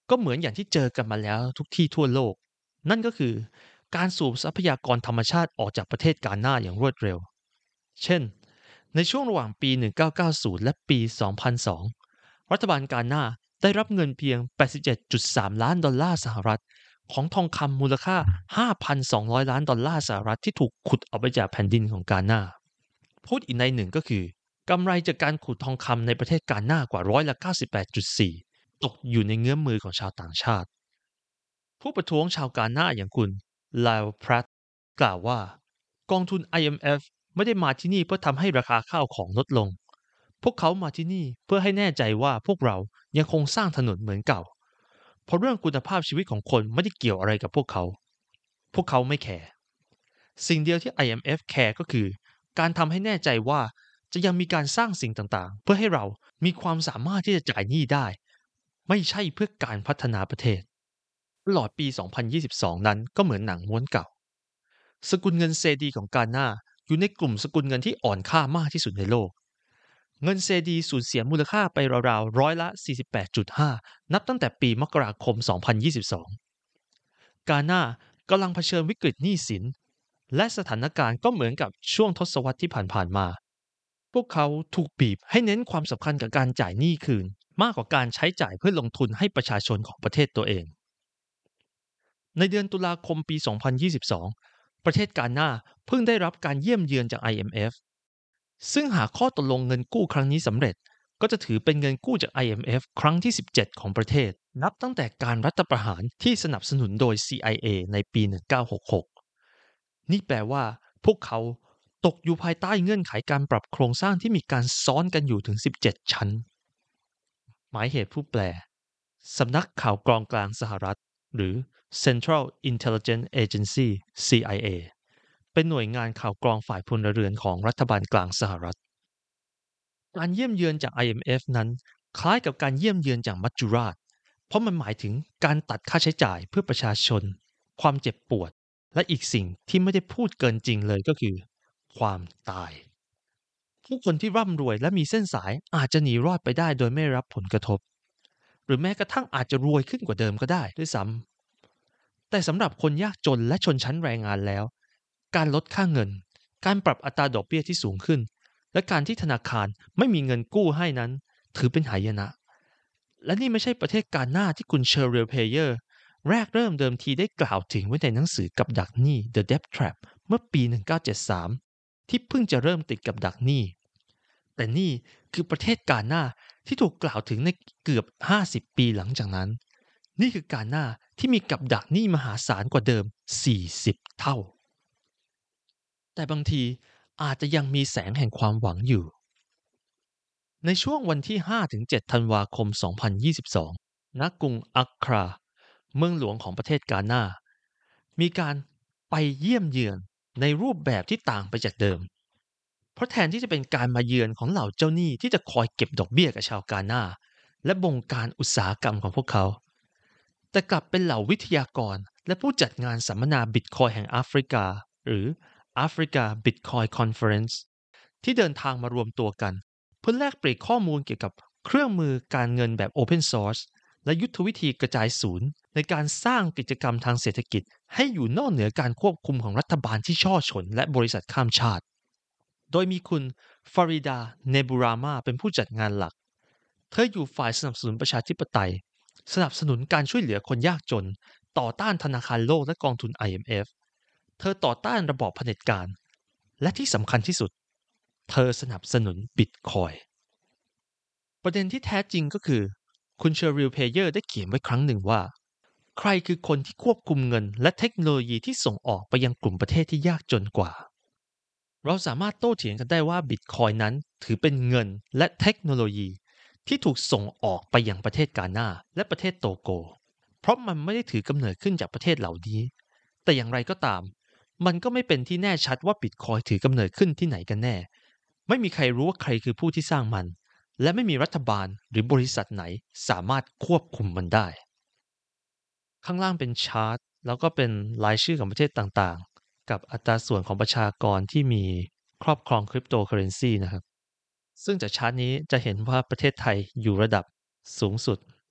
ก็เหมือนอย่างที่เจอกันมาแล้วทุกที่ทั่วโลกนั่นก็คือการสูบทรัพยากรธรรมชาติออกจากประเทศกาน่าอย่างรวดเร็วเช่นในช่วงระหว่างปี หนึ่งพันเก้าร้อยเก้าสิบ และปี สองพันสอง รัฐบาลกาน่าได้รับเงินเพียง แปดสิบเจ็ดจุดสาม ล้านดอลลาร์สหรัฐของทองคำมูลค่า ห้าพันสองร้อย ล้านดอลลาร์สหรัฐที่ถูกขุดออกไปจากแผ่นดินของกาน่าพูดอีกในหนึ่งก็คือกำไรจากการขุดทองคำในประเทศกาน่ากว่าร้อยละ เก้าสิบแปดจุดสี่ ตกอยู่ในเงื้อมมือของชาวต่างชาติผู้ประท้วงชาวกาน่าอย่างคุณลาลแพรตกล่าวว่ากองทุน ไอ เอ็ม เอฟ ไม่ได้มาที่นี่เพื่อทำให้ราคาข้าวของลดลงพวกเขามาที่นี่เพื่อให้แน่ใจว่าพวกเรายังคงสร้างถนนเหมือนเก่าเพราะเรื่องคุณภาพชีวิตของคนไม่ได้เกี่ยวอะไรกับพวกเขาพวกเขาไม่แคร์สิ่งเดียวที่ ไอ เอ็ม เอฟ แคร์ก็คือการทำให้แน่ใจว่าจะยังมีการสร้างสิ่งต่างๆเพื่อให้เรามีความสามารถที่จะจ่ายหนี้ได้ไม่ใช่เพื่อการพัฒนาประเทศตลอดปี สองพันยี่สิบสอง นั้นก็เหมือนหนังม้วนเก่าสกุลเงินเซดีของกาน่าอยู่ในกลุ่มสกุลเงินที่อ่อนค่ามากที่สุดในโลกเงินเซดีสูญเสียมูลค่าไปราวๆร้อยละ สี่สิบแปดจุดห้า นับตั้งแต่ปีมกราคม สองพันยี่สิบสอง กาน่ากำลังเผชิญวิกฤตหนี้สินและสถานการณ์ก็เหมือนกับช่วงทศวรรษที่ผ่านๆมาพวกเขาถูกบีบให้เน้นความสำคัญกับการจ่ายหนี้คืนมากกว่าการใช้จ่ายเพื่อลงทุนให้ประชาชนของประเทศตัวเองในเดือนตุลาคมปี สองพันยี่สิบสอง ประเทศกาน่าเพิ่งได้รับการเยี่ยมเยือนจาก ไอ เอ็ม เอฟ ซึ่งหากข้อตกลงเงินกู้ครั้งนี้สำเร็จก็จะถือเป็นเงินกู้จาก ไอ เอ็ม เอฟ ครั้งที่ สิบเจ็ด ของประเทศนับตั้งแต่การรัฐประหารที่สนับสนุนโดย ซี ไอ เอ ในปี หนึ่งพันเก้าร้อยหกสิบหก นี่แปลว่าพวกเขาตกอยู่ภายใต้เงื่อนไขการปรับโครงสร้างที่มีการซ้อนกันอยู่ถึง สิบเจ็ด ชั้น หมายเหตุผู้แปลสำนักข่าวกรองกลางสหรัฐหรือ Central Intelligence Agency ซี ไอ เอ เป็นหน่วยงานข่าวกรองฝ่ายพลเรือนของรัฐบาลกลางสหรัฐการเยี่ยมเยือนจาก ไอ เอ็ม เอฟ นั้นคล้ายกับการเยี่ยมเยือนจากมัจจุราชเพราะมันหมายถึงการตัดค่าใช้จ่ายเพื่อประชาชนความเจ็บปวดและอีกสิ่งที่ไม่ได้พูดเกินจริงเลยก็คือความตายผู้คนที่ร่ำรวยและมีเส้นสายอาจจะหนีรอดไปได้โดยไม่รับผลกระทบหรือแม้กระทั่งอาจจะรวยขึ้นกว่าเดิมก็ได้ด้วยซ้ำแต่สำหรับคนยากจนและชนชั้นแรงงานแล้วการลดค่าเงินการปรับอัตราดอกเบี้ยที่สูงขึ้นและการที่ธนาคารไม่มีเงินกู้ให้นั้นถือเป็นหายนะและนี่ไม่ใช่ประเทศกาน่าที่คุณเชอริลเพเยอร์แรกเริ่มเดิมทีได้กล่าวถึงไว้ในหนังสือกับดักหนี้ The Debt Trap เมื่อปี หนึ่งพันเก้าร้อยเจ็ดสิบสาม ที่เพิ่งจะเริ่มติดกับดักหนี้แต่นี่คือประเทศกาน่าที่ถูกกล่าวถึงในเกือบห้าสิบปีหลังจากนั้นนี่คือกาน่าที่มีกับดักหนี้มหาศาลกว่าเดิมสี่สิบเท่าแต่บางทีอาจจะยังมีแสงแห่งความหวังอยู่ในช่วงวันที่ ห้าถึงเจ็ด ธันวาคม สองพันยี่สิบสอง ณ กรุงอัคราเมืองหลวงของประเทศกาน่ามีการไปเยี่ยมเยือนในรูปแบบที่ต่างไปจากเดิมเพราะแทนที่จะเป็นการมาเยือนของเหล่าเจ้าหนี้ที่จะคอยเก็บดอกเบี้ยกับชาวกาน่าและบงการอุตสาหกรรมของพวกเขาแต่กลับเป็นเหล่าวิทยากรและผู้จัดงานสัมมนาบิตคอยแห่งแอฟริกาหรือ Africa Bitcoin Conference ที่เดินทางมารวมตัวกันเพื่อแลกเปลี่ยนข้อมูลเกี่ยวกับเครื่องมือการเงินแบบ Open Source และยุทธวิธีกระจายศูนย์ในการสร้างกิจกรรมทางเศรษฐกิจให้อยู่นอกเหนือการควบคุมของรัฐบาลที่ช่อฉนและบริษัทข้ามชาติโดยมีคุณฟาริดาเนบูรามาเป็นผู้จัดงานหลักเธออยู่ฝ่ายสนับสนุนประชาธิปไตยสนับสนุนการช่วยเหลือคนยากจนต่อต้านธนาคารโลกและกองทุน ไอ เอ็ม เอฟ เธอต่อต้านระบอบเผด็จการและที่สำคัญที่สุดเธอสนับสนุนบิตคอยน์ประเด็นที่แท้จริงก็คือคุณเชอริลเพเยอร์ได้เขียนไว้ครั้งหนึ่งว่าใครคือคนที่ควบคุมเงินและเทคโนโลยีที่ส่งออกไปยังกลุ่มประเทศที่ยากจนกว่าเราสามารถโต้เถียงกันได้ว่าบิตคอยน์นั้นถือเป็นเงินและเทคโนโลยีที่ถูกส่งออกไปยังประเทศกาน่าและประเทศโตโกเพราะมันไม่ได้ถือกำเนิดขึ้นจากประเทศเหล่านี้แต่อย่างไรก็ตามมันก็ไม่เป็นที่แน่ชัดว่าบิตคอยน์ถือกำเนิดขึ้นที่ไหนกันแน่ไม่มีใครรู้ว่าใครคือผู้ที่สร้างมันและไม่มีรัฐบาลหรือบริษัทไหนสามารถควบคุมมันได้ข้างล่างเป็นชาร์ตแล้วก็เป็นรายชื่อของประเทศต่างๆกับอัตราส่วนของประชากรที่มีครอบครองคริปโตเคอเรนซีนะครับซึ่งจากชาร์ตนี้จะเห็นว่าประเทศไทยอยู่ระดับสูงสุด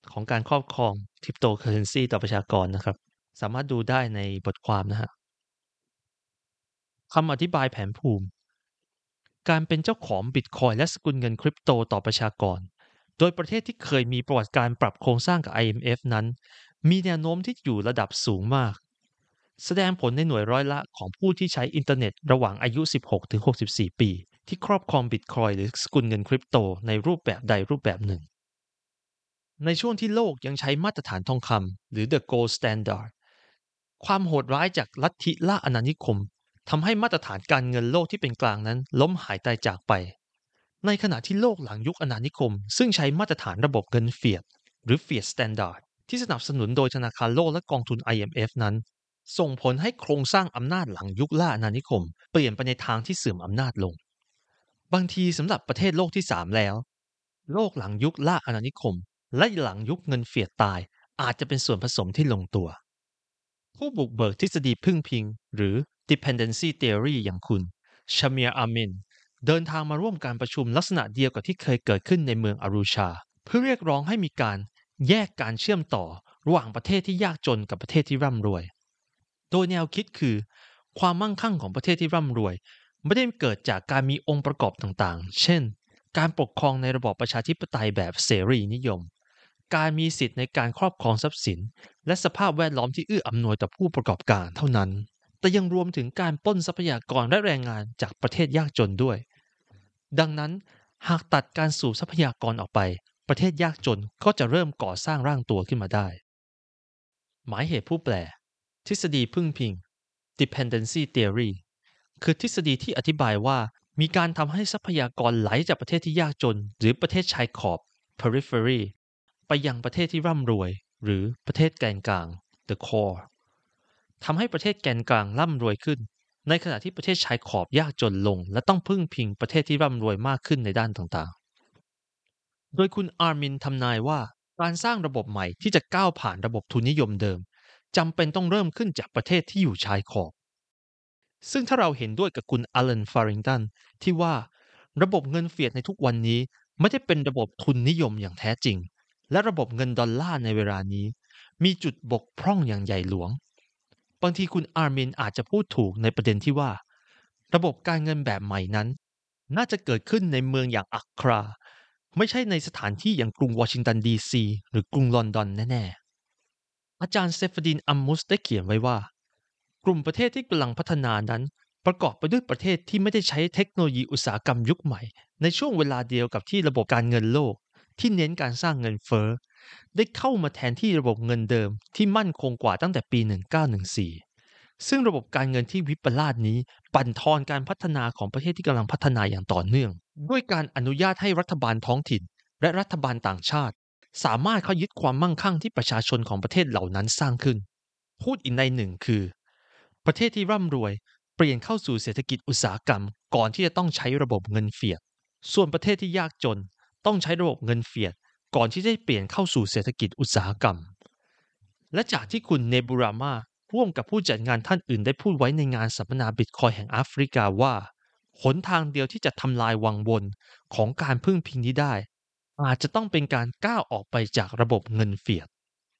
ของการครอบครองคริปโตเคอเรนซีต่อประชากรนะครับสามารถดูได้ในบทความนะฮะคำอธิบายแผนภูมิการเป็นเจ้าของบิตคอยและสกุลเงินคริปโตต่อประชากรโดยประเทศที่เคยมีประวัติการปรับโครงสร้างกับ ไอ เอ็ม เอฟ นั้นมีแนวโน้มที่อยู่ระดับสูงมากแสดงผลในหน่วยร้อยละของผู้ที่ใช้อินเทอร์เน็ตระหว่างอายุ สิบหกถึงหกสิบสี่ ปีที่ครอบครองบิตคอยหรือสกุลเงินคริปโตในรูปแบบใดรูปแบบหนึ่งในช่วงที่โลกยังใช้มาตรฐานทองคำหรือ The Gold Standard ความโหดร้ายจากลัทธิล่าอาณานิคมทำให้มาตรฐานการเงินโลกที่เป็นกลางนั้นล้มหายตายจากไปในขณะที่โลกหลังยุคอาณานิคมซึ่งใช้มาตรฐานระบบเงินเฟียดหรือ Fiat Standard ที่สนับสนุนโดยธนาคารโลกและกองทุน ไอ เอ็ม เอฟ นั้นส่งผลให้โครงสร้างอำนาจหลังยุคล่าอาณานิคมเปลี่ยนไปในทางที่เสื่อมอำนาจลงบางทีสำหรับประเทศโลกที่สามแล้วโลกหลังยุคล่าอาณานิคมและหลังยุคเงินเฟียดตายอาจจะเป็นส่วนผสมที่ลงตัวผู้บุกเบิกทฤษฎีพึ่งพิงหรือ dependency theory อย่างคุณชาเมียร์อามินเดินทางมาร่วมการประชุมลักษณะเดียวกับที่เคยเกิดขึ้นในเมืองอารูชาเพื่อเรียกร้องให้มีการแยกการเชื่อมต่อระหว่างประเทศที่ยากจนกับประเทศที่ร่ำรวยโดยแนวคิดคือความมั่งคั่งของประเทศที่ร่ำรวยไม่ได้เกิดจากการมีองค์ประกอบต่างๆเช่นการปกครองในระบอบประชาธิปไตยแบบเสรีนิยมการมีสิทธิในการครอบครองทรัพย์สินและสภาพแวดล้อมที่เอื้ออำนวยต่อผู้ประกอบการเท่านั้นแต่ยังรวมถึงการปล้นทรัพยากรและแรงงานจากประเทศยากจนด้วยดังนั้นหากตัดการสูบทรัพยากรออกไปประเทศยากจนก็จะเริ่มก่อสร้างร่างตัวขึ้นมาได้หมายเหตุผู้แปลทฤษฎีพึ่งพิง dependency theory คือทฤษฎีที่อธิบายว่ามีการทำให้ทรัพยากรไหลจากประเทศที่ยากจนหรือประเทศชายขอบ periphery ไปยังประเทศที่ร่ำรวยหรือประเทศแกนกลาง the core ทำให้ประเทศแกนกลางร่ำรวยขึ้นในขณะที่ประเทศชายขอบยากจนลงและต้องพึ่งพิงประเทศที่ร่ำรวยมากขึ้นในด้านต่างๆโดยคุณอาร์มินทำนายว่าการสร้างระบบใหม่ที่จะก้าวผ่านระบบทุนนิยมเดิมจำเป็นต้องเริ่มขึ้นจากประเทศที่อยู่ชายขอบซึ่งถ้าเราเห็นด้วยกับคุณอลันฟาริงตันที่ว่าระบบเงินเฟียดในทุกวันนี้ไม่ได้เป็นระบบทุนนิยมอย่างแท้จริงและระบบเงินดอลลาร์ในเวลานี้มีจุดบกพร่องอย่างใหญ่หลวงบางทีคุณอาร์มินอาจจะพูดถูกในประเด็นที่ว่าระบบการเงินแบบใหม่นั้นน่าจะเกิดขึ้นในเมืองอย่างอัคราไม่ใช่ในสถานที่อย่างกรุงวอชิงตันดีซีหรือกรุงลอนดอนแน่ๆอาจารย์เซฟดินอัมมุสได้เขียนไว้ว่ากลุ่มประเทศที่กำลังพัฒนานั้นประกอบไปด้วยประเทศที่ไม่ได้ใช้เทคโนโลยีอุตสาหกรรมยุคใหม่ในช่วงเวลาเดียวกับที่ระบบการเงินโลกที่เน้นการสร้างเงินเฟ้อได้เข้ามาแทนที่ระบบเงินเดิมที่มั่นคงกว่าตั้งแต่ปีหนึ่งเก้าหนึ่งสี่ซึ่งระบบการเงินที่วิปลาสนี้ปั่นทอนการพัฒนาของประเทศที่กำลังพัฒนาอย่างต่อเนื่องด้วยการอนุญาตให้รัฐบาลท้องถิ่นและรัฐบาลต่างชาติสามารถเข้ายึดความมั่งคั่งที่ประชาชนของประเทศเหล่านั้นสร้างขึ้นพูดอีกในหนึ่งคือประเทศที่ร่ำรวยเปลี่ยนเข้าสู่เศรษฐกิจอุตสาหกรรมก่อนที่จะต้องใช้ระบบเงินเฟียดส่วนประเทศที่ยากจนต้องใช้ระบบเงินเฟียดก่อนที่จะเปลี่ยนเข้าสู่เศรษฐกิจอุตสาหกรรมและจากที่คุณเนบูรามาร่วมกับผู้จัดงานท่านอื่นได้พูดไว้ในงานสัมมนาบิตคอยแห่งแอฟริกาว่าหนทางเดียวที่จะทำลายวังวนของการพึ่งพิงนี้ได้อาจจะต้องเป็นการก้าวออกไปจากระบบเงินเฟียด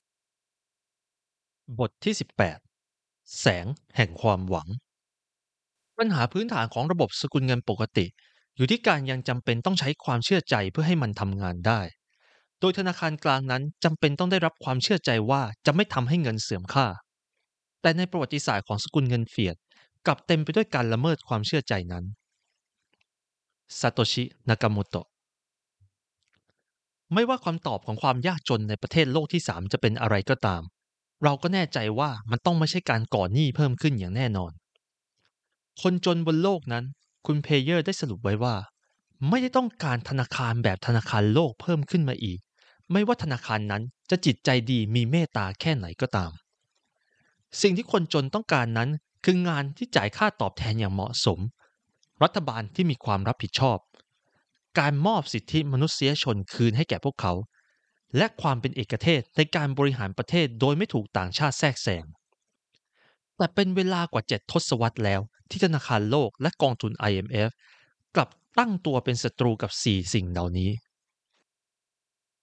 บทที่สิบแปดแสงแห่งความหวังปัญหาพื้นฐานของระบบสกุลเงินปกติอยู่ที่การยังจำเป็นต้องใช้ความเชื่อใจเพื่อให้มันทำงานได้โดยธนาคารกลางนั้นจำเป็นต้องได้รับความเชื่อใจว่าจะไม่ทำให้เงินเสื่อมค่าแต่ในประวัติศาสตร์ของสกุลเงินเฟียดกลับเต็มไปด้วยการละเมิดความเชื่อใจนั้นซาโตชิ นากาโมโตะไม่ว่าคำตอบของความยากจนในประเทศโลกที่สามจะเป็นอะไรก็ตามเราก็แน่ใจว่ามันต้องไม่ใช่การก่อหนี้เพิ่มขึ้นอย่างแน่นอนคนจนบนโลกนั้นคุณเพเยอร์ได้สรุปไว้ว่าไม่ได้ต้องการธนาคารแบบธนาคารโลกเพิ่มขึ้นมาอีกไม่ว่าธนาคารนั้นจะจิตใจดีมีเมตตาแค่ไหนก็ตามสิ่งที่คนจนต้องการนั้นคืองานที่จ่ายค่าตอบแทนอย่างเหมาะสมรัฐบาลที่มีความรับผิดชอบการมอบสิทธิมนุษยชนคืนให้แก่พวกเขาและความเป็นเอกเทศในการบริหารประเทศโดยไม่ถูกต่างชาติแทรกแซงแต่เป็นเวลากว่าเจ็ดทศวรรษแล้วที่ธนาคารโลกและกองทุน ไอ เอ็ม เอฟ กลับตั้งตัวเป็นศัตรูกับสี่สิ่งเหล่านี้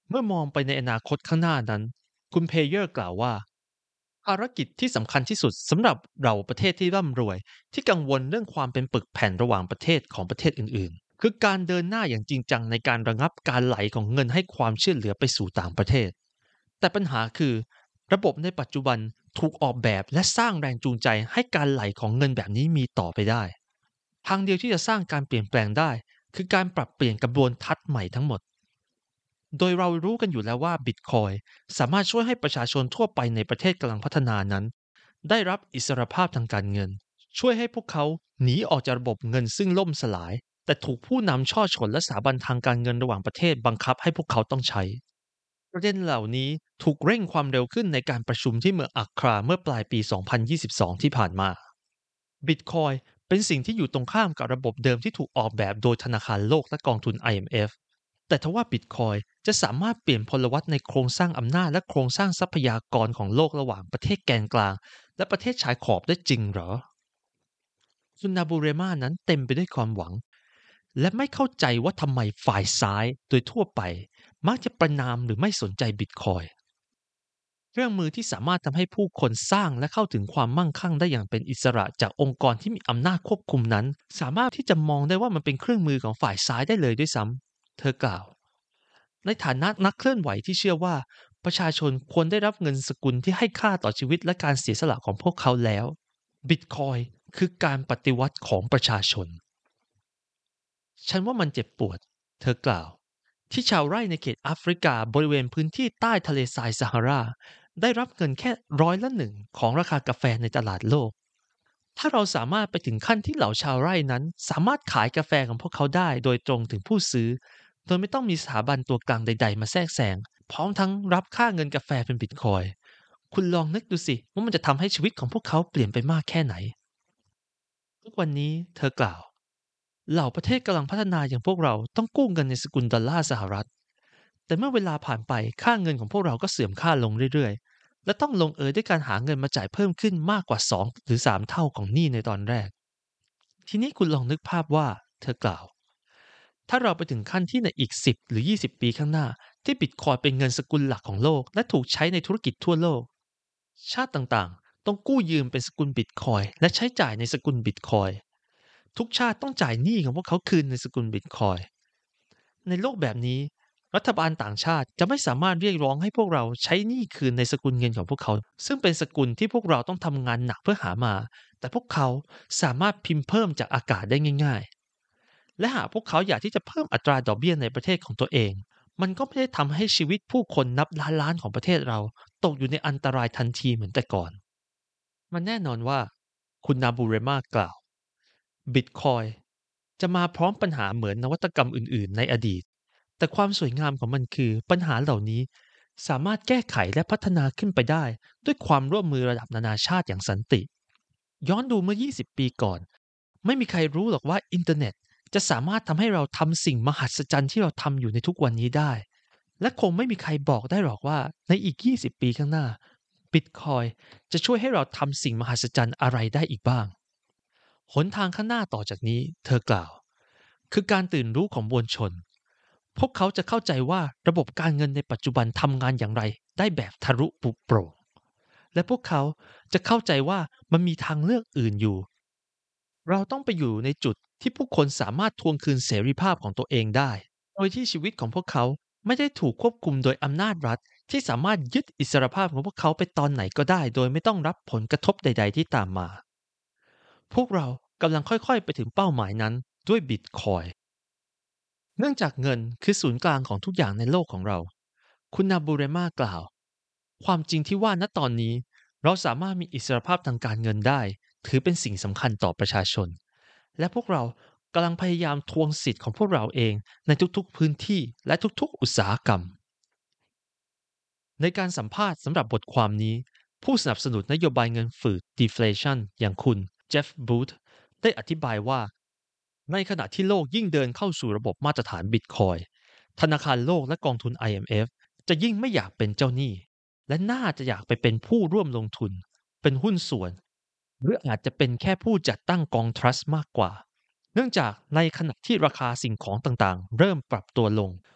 เมื่อมองไปในอนาคตข้างหน้านั้นคุณเพเยอร์กล่าวว่าภารกิจที่สำคัญที่สุดสำหรับเราประเทศที่ร่ำรวยที่กังวลเรื่องความเป็นปึกแผ่นระหว่างประเทศของประเทศอื่นๆคือการเดินหน้าอย่างจริงจังในการระงับการไหลของเงินให้ความช่วยเหลือไปสู่ต่างประเทศแต่ปัญหาคือระบบในปัจจุบันถูกออกแบบและสร้างแรงจูงใจให้การไหลของเงินแบบนี้มีต่อไปได้ทางเดียวที่จะสร้างการเปลี่ยนแปลงได้คือการปรับเปลี่ยนกระบวนทัศน์ใหม่ทั้งหมด โดยเรารู้กันอยู่แล้วว่าบิตคอยสามารถช่วยให้ประชาชนทั่วไปในประเทศกำลังพัฒนานั้นได้รับอิสรภาพทางการเงินช่วยให้พวกเขาหนีออกจากระบบเงินซึ่งล่มสลายแต่ถูกผู้นำช่อฉนและสถาบันทางการเงินระหว่างประเทศบังคับให้พวกเขาต้องใช้ประเด็นเหล่านี้ถูกเร่งความเร็วขึ้นในการประชุมที่เมืองอัคราเมื่อปลายปี สองพันยี่สิบสอง ที่ผ่านมาบิตคอยเป็นสิ่งที่อยู่ตรงข้ามกับระบบเดิมที่ถูกออกแบบโดยธนาคารโลกและกองทุน ไอ เอ็ม เอฟ แต่ทว่าบิตคอยจะสามารถเปลี่ยนพลวัตในโครงสร้างอำนาจและโครงสร้างทรัพยากรของโลกระหว่างประเทศแกนกลางและประเทศชายขอบได้จริงเหรอซุนนาบูเรมานั้นเต็มไปด้วยความหวังและไม่เข้าใจว่าทำไมฝ่ายซ้ายโดยทั่วไปมักจะประนามหรือไม่สนใจบิตคอยเครื่องมือที่สามารถทำให้ผู้คนสร้างและเข้าถึงความมั่งคั่งได้อย่างเป็นอิสระจากองค์กรที่มีอำนาจควบคุมนั้นสามารถที่จะมองได้ว่ามันเป็นเครื่องมือของฝ่ายซ้ายได้เลยด้วยซ้ำเธอกล่าว ในฐานะนักเคลื่อนไหวที่เชื่อว่าประชาชนควรได้รับเงินสกุลที่ให้ค่าต่อชีวิตและการเสียสละของพวกเขาแล้วบิตคอยคือการปฏิวัติของประชาชนฉันว่ามันเจ็บปวดเธอกล่าวที่ชาวไร่ในเขตแอฟริกาบริเวณพื้นที่ใต้ทะเลทรายซาฮาราได้รับเงินแค่ร้อยละหนึ่งของราคากาแฟในตลาดโลกถ้าเราสามารถไปถึงขั้นที่เหล่าชาวไร่นั้นสามารถขายกาแฟของพวกเขาได้โดยตรงถึงผู้ซื้อ โดยไม่ต้องมีสถาบันตัวกลางใดๆมาแทรกแซงพร้อมทั้งรับค่าเงินกาแฟเป็นบิตคอยน์คุณลองนึกดูสิว่ามันจะทำให้ชีวิตของพวกเขาเปลี่ยนไปมากแค่ไหนทุกวันนี้เธอกล่าวเหล่าประเทศกำลังพัฒนาอย่างพวกเราต้องกู้เงินในสกุลดอลลาร์สหรัฐแต่เมื่อเวลาผ่านไปค่าเงินของพวกเราก็เสื่อมค่าลงเรื่อยๆและต้องลงเอยด้วยการหาเงินมาจ่ายเพิ่มขึ้นมากกว่าสองหรือสามเท่าของหนี้ในตอนแรกทีนี้คุณลองนึกภาพว่าเธอกล่าว ถ้าเราไปถึงขั้นที่ในอีกสิบหรือยี่สิบปีข้างหน้าที่บิตคอยเป็นเงินสกุลหลักของโลกและถูกใช้ในธุรกิจทั่วโลกชาติต่างๆต้องกู้ยืมเป็นสกุลบิตคอยและใช้จ่ายในสกุลบิตคอยทุกชาติต้องจ่ายหนี้ของพวกเขาคืนในสกุลบิตคอยในโลกแบบนี้รัฐบาลต่างชาติจะไม่สามารถเรียกร้องให้พวกเราใช้หนี้คืนในสกุลเงินของพวกเขาซึ่งเป็นสกุลที่พวกเราต้องทำงานหนักเพื่อหามาแต่พวกเขาสามารถพิมพ์เพิ่มจากอากาศได้ง่ายๆ และหากพวกเขาอยากที่จะเพิ่มอัตราดอกเบี้ยในประเทศของตัวเอง มันก็ไม่ได้ทำให้ชีวิตผู้คนนับล้านล้านของประเทศเราตกอยู่ในอันตรายทันทีเหมือนแต่ก่อน มันแน่นอนว่าคุณนาบูเรมากล่าวบิตคอยจะมาพร้อมปัญหาเหมือนนวัตกรรมอื่นๆในอดีต แต่ความสวยงามของมันคือปัญหาเหล่านี้สามารถแก้ไขและพัฒนาขึ้นไปได้ด้วยความร่วมมือระดับนานาชาติอย่างสันติ ย้อนดูเมื่อยี่สิบปีก่อนไม่มีใครรู้หรอกว่าอินเทอร์เน็ตจะสามารถทำให้เราทำสิ่งมหัศจรรย์ที่เราทำอยู่ในทุกวันนี้ได้และคงไม่มีใครบอกได้หรอกว่าในอีกยี่สิบปีข้างหน้าบิตคอยจะช่วยให้เราทำสิ่งมหัศจรรย์อะไรได้อีกบ้างหนทางข้างหน้าต่อจากนี้เธอกล่าวคือการตื่นรู้ของมวลชนพวกเขาจะเข้าใจว่าระบบการเงินในปัจจุบันทำงานอย่างไรได้แบบทะลุปรุโปร่งและพวกเขาจะเข้าใจว่ามันมีทางเลือกอื่นอยู่ เราต้องไปอยู่ในจุดที่ผู้คนสามารถทวงคืนเสรีภาพของตัวเองได้ โดยที่ชีวิตของพวกเขาไม่ได้ถูกควบคุมโดยอำนาจรัฐที่สามารถยึดอิสรภาพของพวกเขาไปตอนไหนก็ได้โดยไม่ต้องรับผลกระทบใดๆที่ตามมา พวกเรากำลังค่อยๆไปถึงเป้าหมายนั้นด้วยบิตคอยเนื่องจากเงินคือศูนย์กลางของทุกอย่างในโลกของเรา คุณนาบูเรมากล่าว ความจริงที่ว่าณตอนนี้เราสามารถมีอิสรภาพทางการเงินได้ถือเป็นสิ่งสำคัญต่อประชาชนและพวกเรากำลังพยายามทวงสิทธิ์ของพวกเราเองในทุกๆพื้นที่และทุกๆอุตสาหกรรมในการสัมภาษณ์สำหรับบทความนี้ผู้สนับสนุนนโยบายเงินฝืด deflation อย่างคุณเจฟฟ์บูธได้อธิบายว่าในขณะที่โลกยิ่งเดินเข้าสู่ระบบมาตรฐานบิตคอยธนาคารโลกและกองทุน ไอ เอ็ม เอฟ จะยิ่งไม่อยากเป็นเจ้าหนี้และน่าจะอยากไปเป็นผู้ร่วมลงทุนเป็นหุ้นส่วนหรืออาจจะเป็นแค่ผู้จัดตั้งกองทรัสต์มากกว่าเนื่องจากในขณะที่ราคาสิ่งของต่างๆเริ่มปรับตัวลง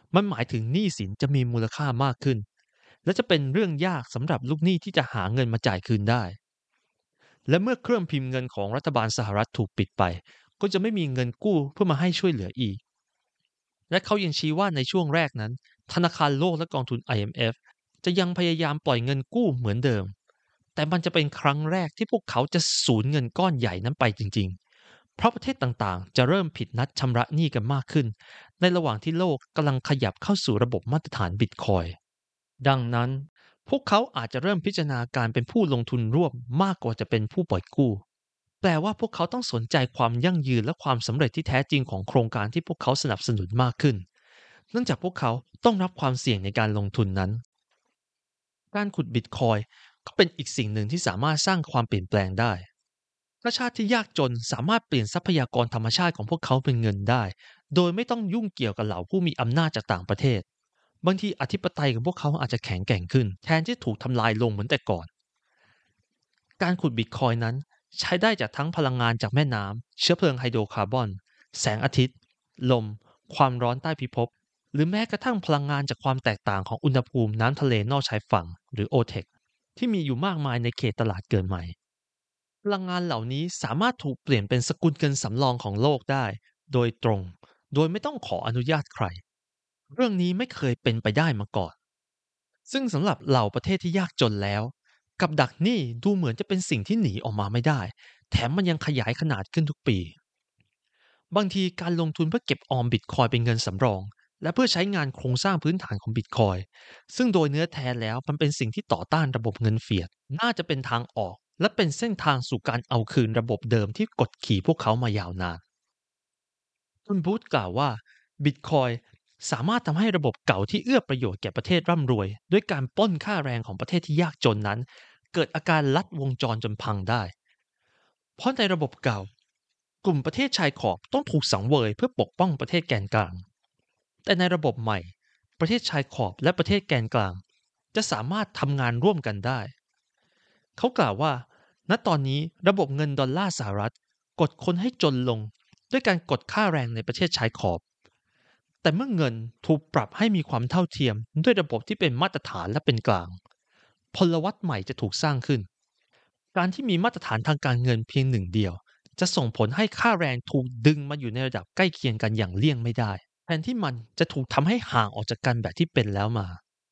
มันหมายถึงหนี้สินจะมีมูลค่ามากขึ้นและจะเป็นเรื่องยากสำหรับลูกหนี้ที่จะหาเงินมาจ่ายคืนได้และเมื่อเครื่องพิมพ์เงินของรัฐบาลสหรัฐถูกปิดไปก็จะไม่มีเงินกู้เพื่อมาให้ช่วยเหลืออีกและเขายังชี้ว่าในช่วงแรกนั้นธนาคารโลกและกองทุน ไอ เอ็ม เอฟ จะยังพยายามปล่อยเงินกู้เหมือนเดิมแต่มันจะเป็นครั้งแรกที่พวกเขาจะสูญเงินก้อนใหญ่นั้นไปจริงๆเพราะประเทศต่างๆจะเริ่มผิดนัดชำระหนี้กันมากขึ้นในระหว่างที่โลกกำลังขยับเข้าสู่ระบบมาตรฐานบิตคอยน์ดังนั้นพวกเขาอาจจะเริ่มพิจารณาการเป็นผู้ลงทุนร่วมมากกว่าจะเป็นผู้ปล่อยกู้แปลว่าพวกเขาต้องสนใจความยั่งยืนและความสำเร็จที่แท้จริงของโครงการที่พวกเขาสนับสนุนมากขึ้นเนื่องจากพวกเขาต้องรับความเสี่ยงในการลงทุนนั้นการขุดบิตคอยน์ก็เป็นอีกสิ่งหนึ่งที่สามารถสร้างความเปลี่ยนแปลงได้ถ้าชาติที่ยากจนสามารถเปลี่ยนทรัพยากรธรรมชาติของพวกเขาเป็นเงินได้โดยไม่ต้องยุ่งเกี่ยวกับเหล่าผู้มีอำนาจจากต่างประเทศบางทีอธิปไตยของพวกเขาอาจจะแข็งแกร่งขึ้นแทนที่ถูกทำลายลงเหมือนแต่ก่อนการขุดบิตคอยน์นั้นใช้ได้จากทั้งพลังงานจากแม่น้ำเชื้อเพลิงไฮโดรคาร์บอนแสงอาทิตย์ลมความร้อนใต้พิภพหรือแม้กระทั่งพลังงานจากความแตกต่างของอุณหภูมิน้ำทะเลนอกชายฝั่งหรือ โอ เทค ที่มีอยู่มากมายในเขตตลาดเกิดใหม่พลังงานเหล่านี้สามารถถูกเปลี่ยนเป็นสกุลเงินสำรองของโลกได้โดยตรงโดยไม่ต้องขออนุญาตใครเรื่องนี้ไม่เคยเป็นไปได้มาก่อนซึ่งสำหรับเหล่าประเทศที่ยากจนแล้วกับดักหนี้ดูเหมือนจะเป็นสิ่งที่หนีออกมาไม่ได้แถมมันยังขยายขนาดขึ้นทุกปีบางทีการลงทุนเพื่อเก็บออมบิตคอยเป็นเงินสำรองและเพื่อใช้งานโครงสร้างพื้นฐานของบิตคอยซึ่งโดยเนื้อแท้แล้วมันเป็นสิ่งที่ต่อต้านระบบเงินเฟียดน่าจะเป็นทางออกและเป็นเส้นทางสู่การเอาคืนระบบเดิมที่กดขี่พวกเขามายาวนานคุณบูธกล่าวว่าบิตคอยสามารถทำให้ระบบเก่าที่เอื้อประโยชน์แก่ประเทศร่ำรวยด้วยการปล้นค่าแรงของประเทศที่ยากจนนั้นเกิดอาการลัดวงจรจนพังได้เพราะในระบบเก่ากลุ่มประเทศชายขอบต้องถูกสังเวยเพื่อปกป้องประเทศแกนกลางแต่ในระบบใหม่ประเทศชายขอบและประเทศแกนกลางจะสามารถทำงานร่วมกันได้เขากล่าวว่าณตอนนี้ระบบเงินดอลลาร์สหรัฐกดคนให้จนลงด้วยการกดค่าแรงในประเทศชายขอบแต่เมื่อเงินถูกปรับให้มีความเท่าเทียมด้วยระบบที่เป็นมาตรฐานและเป็นกลางพลวัตใหม่จะถูกสร้างขึ้นการที่มีมาตรฐานทางการเงินเพียงหนึ่งเดียวจะส่งผลให้ค่าแรงถูกดึงมาอยู่ในระดับใกล้เคียงกันอย่างเลี่ยงไม่ได้แทนที่มันจะถูกทำให้ห่างออกจากกันแบบที่เป็นแล้วมา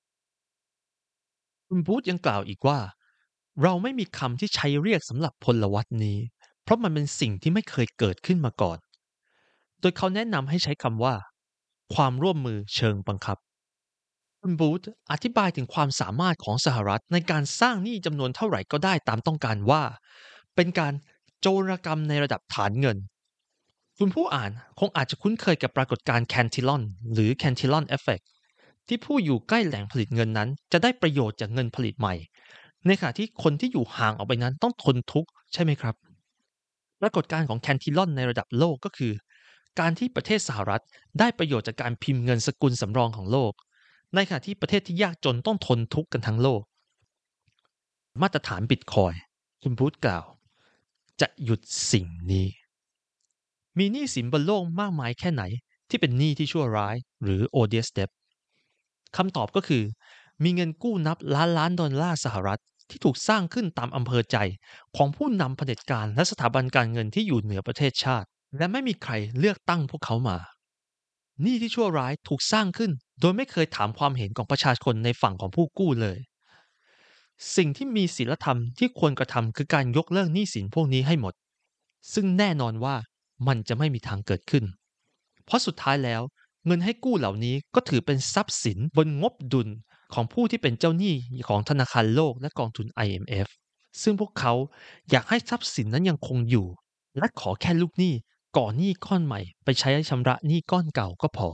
คุณบูธยังกล่าวอีกว่าเราไม่มีคำที่ใช้เรียกสำหรับพลวัตนี้เพราะมันเป็นสิ่งที่ไม่เคยเกิดขึ้นมาก่อนโดยเขาแนะนำให้ใช้คำว่าความร่วมมือเชิงบังคับคุณบูธอธิบายถึงความสามารถของสหรัฐในการสร้างหนี้จำนวนเท่าไหร่ก็ได้ตามต้องการว่าเป็นการโจรกรรมในระดับฐานเงินคุณผู้อ่านคงอาจจะคุ้นเคยกับปรากฏการณ์แคนทิลอนหรือแคนทิลอนเอฟเฟกที่ผู้อยู่ใกล้แหล่งผลิตเงินนั้นจะได้ประโยชน์จากเงินผลิตใหม่ในขณะที่คนที่อยู่ห่างออกไปนั้นต้องทนทุกข์ใช่ไหมครับปรากฏการณ์ของแคนทิลอนในระดับโลกก็คือการที่ประเทศสหรัฐได้ประโยชน์จากการพิมพ์เงินสกุลสำรองของโลกในขณะที่ประเทศที่ยากจนต้องทนทุกข์กันทั้งโลกมาตรฐานบิตคอยน์คุณบูธกล่าวจะหยุดสิ่งนี้มีหนี้สินบนโลกมากมายแค่ไหนที่เป็นหนี้ที่ชั่วร้ายหรือ odious debt คำตอบก็คือมีเงินกู้นับล้านล้านดอลลาร์สหรัฐที่ถูกสร้างขึ้นตามอำเภอใจของผู้นำเผด็จการและสถาบันการเงินที่อยู่เหนือประเทศชาติและไม่มีใครเลือกตั้งพวกเขามาหนี้ที่ชั่วร้ายถูกสร้างขึ้นโดยไม่เคยถามความเห็นของประชาชนในฝั่งของผู้กู้เลยสิ่งที่มีศีลธรรมที่ควรกระทำคือการยกเลิกหนี้สินพวกนี้ให้หมดซึ่งแน่นอนว่ามันจะไม่มีทางเกิดขึ้นเพราะสุดท้ายแล้วเงินให้กู้เหล่านี้ก็ถือเป็นทรัพย์สินบนงบดุลของผู้ที่เป็นเจ้าหนี้ของธนาคารโลกและกองทุน ไอ เอ็ม เอฟ ซึ่งพวกเขาอยากให้ทรัพย์สินนั้นยังคงอยู่และขอแค่ลูกหนี้ก่อหนี้ก้อนใหม่ไปใช้ชำระหนี้ก้อนเก่าก็พอ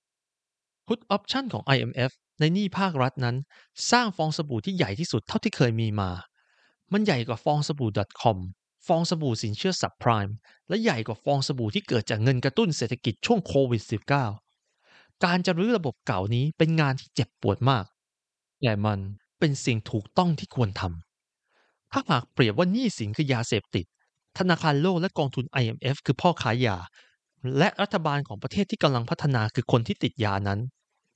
Put Option ของ ไอ เอ็ม เอฟ ในหนี้ภาครัฐนั้นสร้างฟองสบู่ที่ใหญ่ที่สุดเท่าที่เคยมีมามันใหญ่กว่าฟองสบู่ .com ฟองสบู่สินเชื่อ Subprime และใหญ่กว่าฟองสบู่ที่เกิดจากเงินกระตุ้นเศรษฐกิจช่วงโควิด สิบเก้า การจะรื้อระบบเก่านี้เป็นงานที่เจ็บปวดมากแต่มันเป็นสิ่งถูกต้องที่ควรทำถ้าหากเปรียบว่าหนี้สินคือยาเสพติดธนาคารโลกและกองทุน ไอ เอ็ม เอฟ คือพ่อค้ายาและรัฐบาลของประเทศที่กำลังพัฒนาคือคนที่ติดยานั้น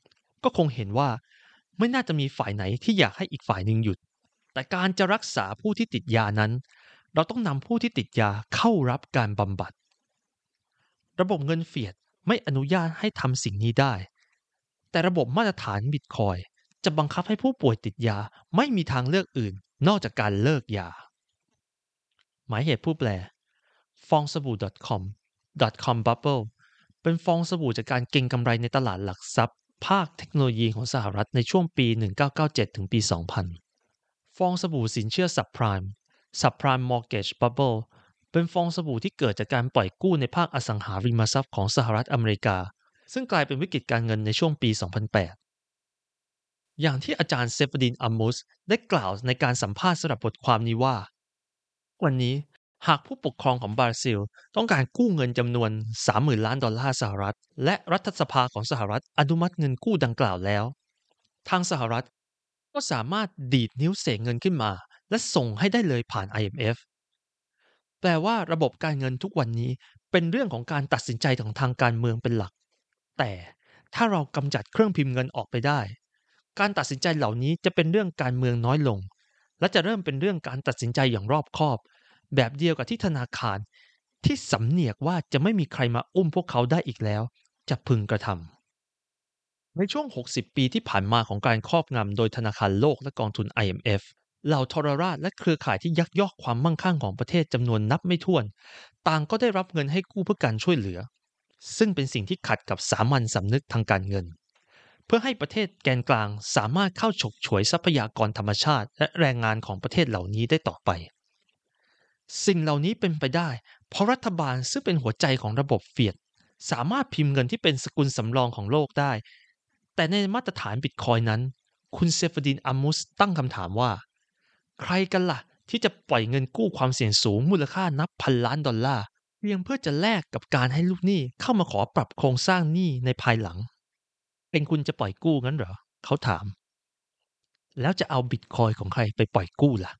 ก็คงเห็นว่าไม่น่าจะมีฝ่ายไหนที่อยากให้อีกฝ่ายหนึ่งหยุดแต่การจะรักษาผู้ที่ติดยานั้นเราต้องนำผู้ที่ติดยาเข้ารับการบำบัดระบบเงินเฟียดไม่อนุญาตให้ทำสิ่งนี้ได้แต่ระบบมาตรฐานบิตคอยน์จะบังคับให้ผู้ป่วยติดยาไม่มีทางเลือกอื่นนอกจากการเลิกยาหมายเหตุผู้แปลฟองสบู่ .com .com bubble เป็นฟองสบู่จากการเก็งกำไรในตลาดหลักทรัพย์ภาคเทคโนโลยีของสหรัฐในช่วงปี หนึ่งพันเก้าร้อยเก้าสิบเจ็ด ถึงปี สองพัน ฟองสบู่สินเชื่อ Subprime Subprime Mortgage Bubble เป็นฟองสบู่ที่เกิดจากการปล่อยกู้ในภาคอสังหาริมทรัพย์ของสหรัฐอเมริกาซึ่งกลายเป็นวิกฤตการเงินในช่วงปี สองพันแปด อย่างที่อาจารย์เซฟดิน อัมมุสได้กล่าวในการสัมภาษณ์สำหรับบทความนี้ว่าวันนี้หากผู้ปกครองของบราซิลต้องการกู้เงินจำนวน สามหมื่น ล้านดอลลาร์สหรัฐและรัฐสภาของสหรัฐอนุมัติเงินกู้ดังกล่าวแล้วทางสหรัฐก็สามารถดีดนิ้วเสกเงินขึ้นมาและส่งให้ได้เลยผ่าน ไอ เอ็ม เอฟ แปลว่าระบบการเงินทุกวันนี้เป็นเรื่องของการตัดสินใจของทางการเมืองเป็นหลักแต่ถ้าเรากำจัดเครื่องพิมพ์เงินออกไปได้การตัดสินใจเหล่านี้จะเป็นเรื่องการเมืองน้อยลงและจะเริ่มเป็นเรื่องการตัดสินใจอย่างรอบคอบแบบเดียวกับที่ธนาคารที่สำเนียกว่าจะไม่มีใครมาอุ้มพวกเขาได้อีกแล้วจะพึงกระทำในช่วงหกสิบปีที่ผ่านมาของการครอบงำโดยธนาคารโลกและกองทุน ไอ เอ็ม เอฟ เหล่าทรราชและเครือข่ายที่ยักยอกความมั่งคั่งของประเทศจำนวนนับไม่ถ้วนต่างก็ได้รับเงินให้กู้เพื่อการช่วยเหลือซึ่งเป็นสิ่งที่ขัดกับสามัญสำนึกทางการเงินเพื่อให้ประเทศแกนกลางสามารถเข้าฉกฉวยทรัพยากรธรรมชาติและแรงงานของประเทศเหล่านี้ได้ต่อไปสิ่งเหล่านี้เป็นไปได้เพราะรัฐบาลซึ่งเป็นหัวใจของระบบเฟียดสามารถพิมพ์เงินที่เป็นสกุลสำรองของโลกได้แต่ในมาตรฐานบิตคอยน์นั้นคุณเซฟดิน อัมมุสตั้งคำถามว่าใครกันล่ะที่จะปล่อยเงินกู้ความเสี่ยงสูงมูลค่านับพันล้านดอลลาร์เพียงเพื่อจะแลกกับการให้ลูกหนี้เข้ามาขอปรับโครงสร้างหนี้ในภายหลังเป็นคุณจะปล่อยกู้งั้นเหรอเขาถามแล้วจะเอาบิตคอยน์ของใครไปปล่อยกู้ล่ะ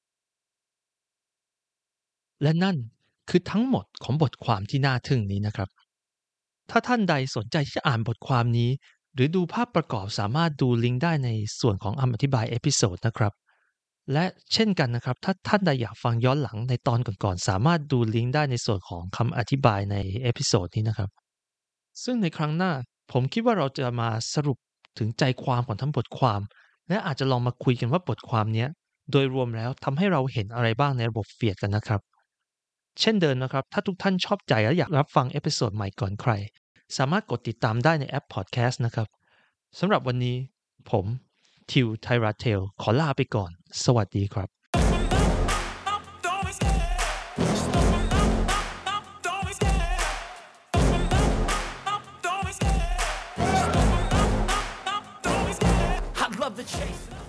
และนั่นคือทั้งหมดของบทความที่น่าทึ่งนี้นะครับถ้าท่านใดสนใจที่จะอ่านบทความนี้หรือดูภาพประกอบสามารถดูลิงก์ได้ในส่วนของคำอธิบายเอพิโซดนะครับและเช่นกันนะครับถ้าท่านใดอยากฟังย้อนหลังในตอนก่อนๆสามารถดูลิงก์ได้ในส่วนของคำอธิบายในเอพิโซดนี้นะครับซึ่งในครั้งหน้าผมคิดว่าเราจะมาสรุปถึงใจความของทั้งบทความและอาจจะลองมาคุยกันว่าบทความนี้โดยรวมแล้วทำให้เราเห็นอะไรบ้างในระบบเฟียดกันนะครับเช่นเดิมนะครับถ้าทุกท่านชอบใจและอยากรับฟังเอพิโซดใหม่ก่อนใครสามารถกดติดตามได้ในแอปพอดแคสต์นะครับสำหรับวันนี้ผมทิวไทราเทลขอลาไปก่อนสวัสดีครับ Love the chase.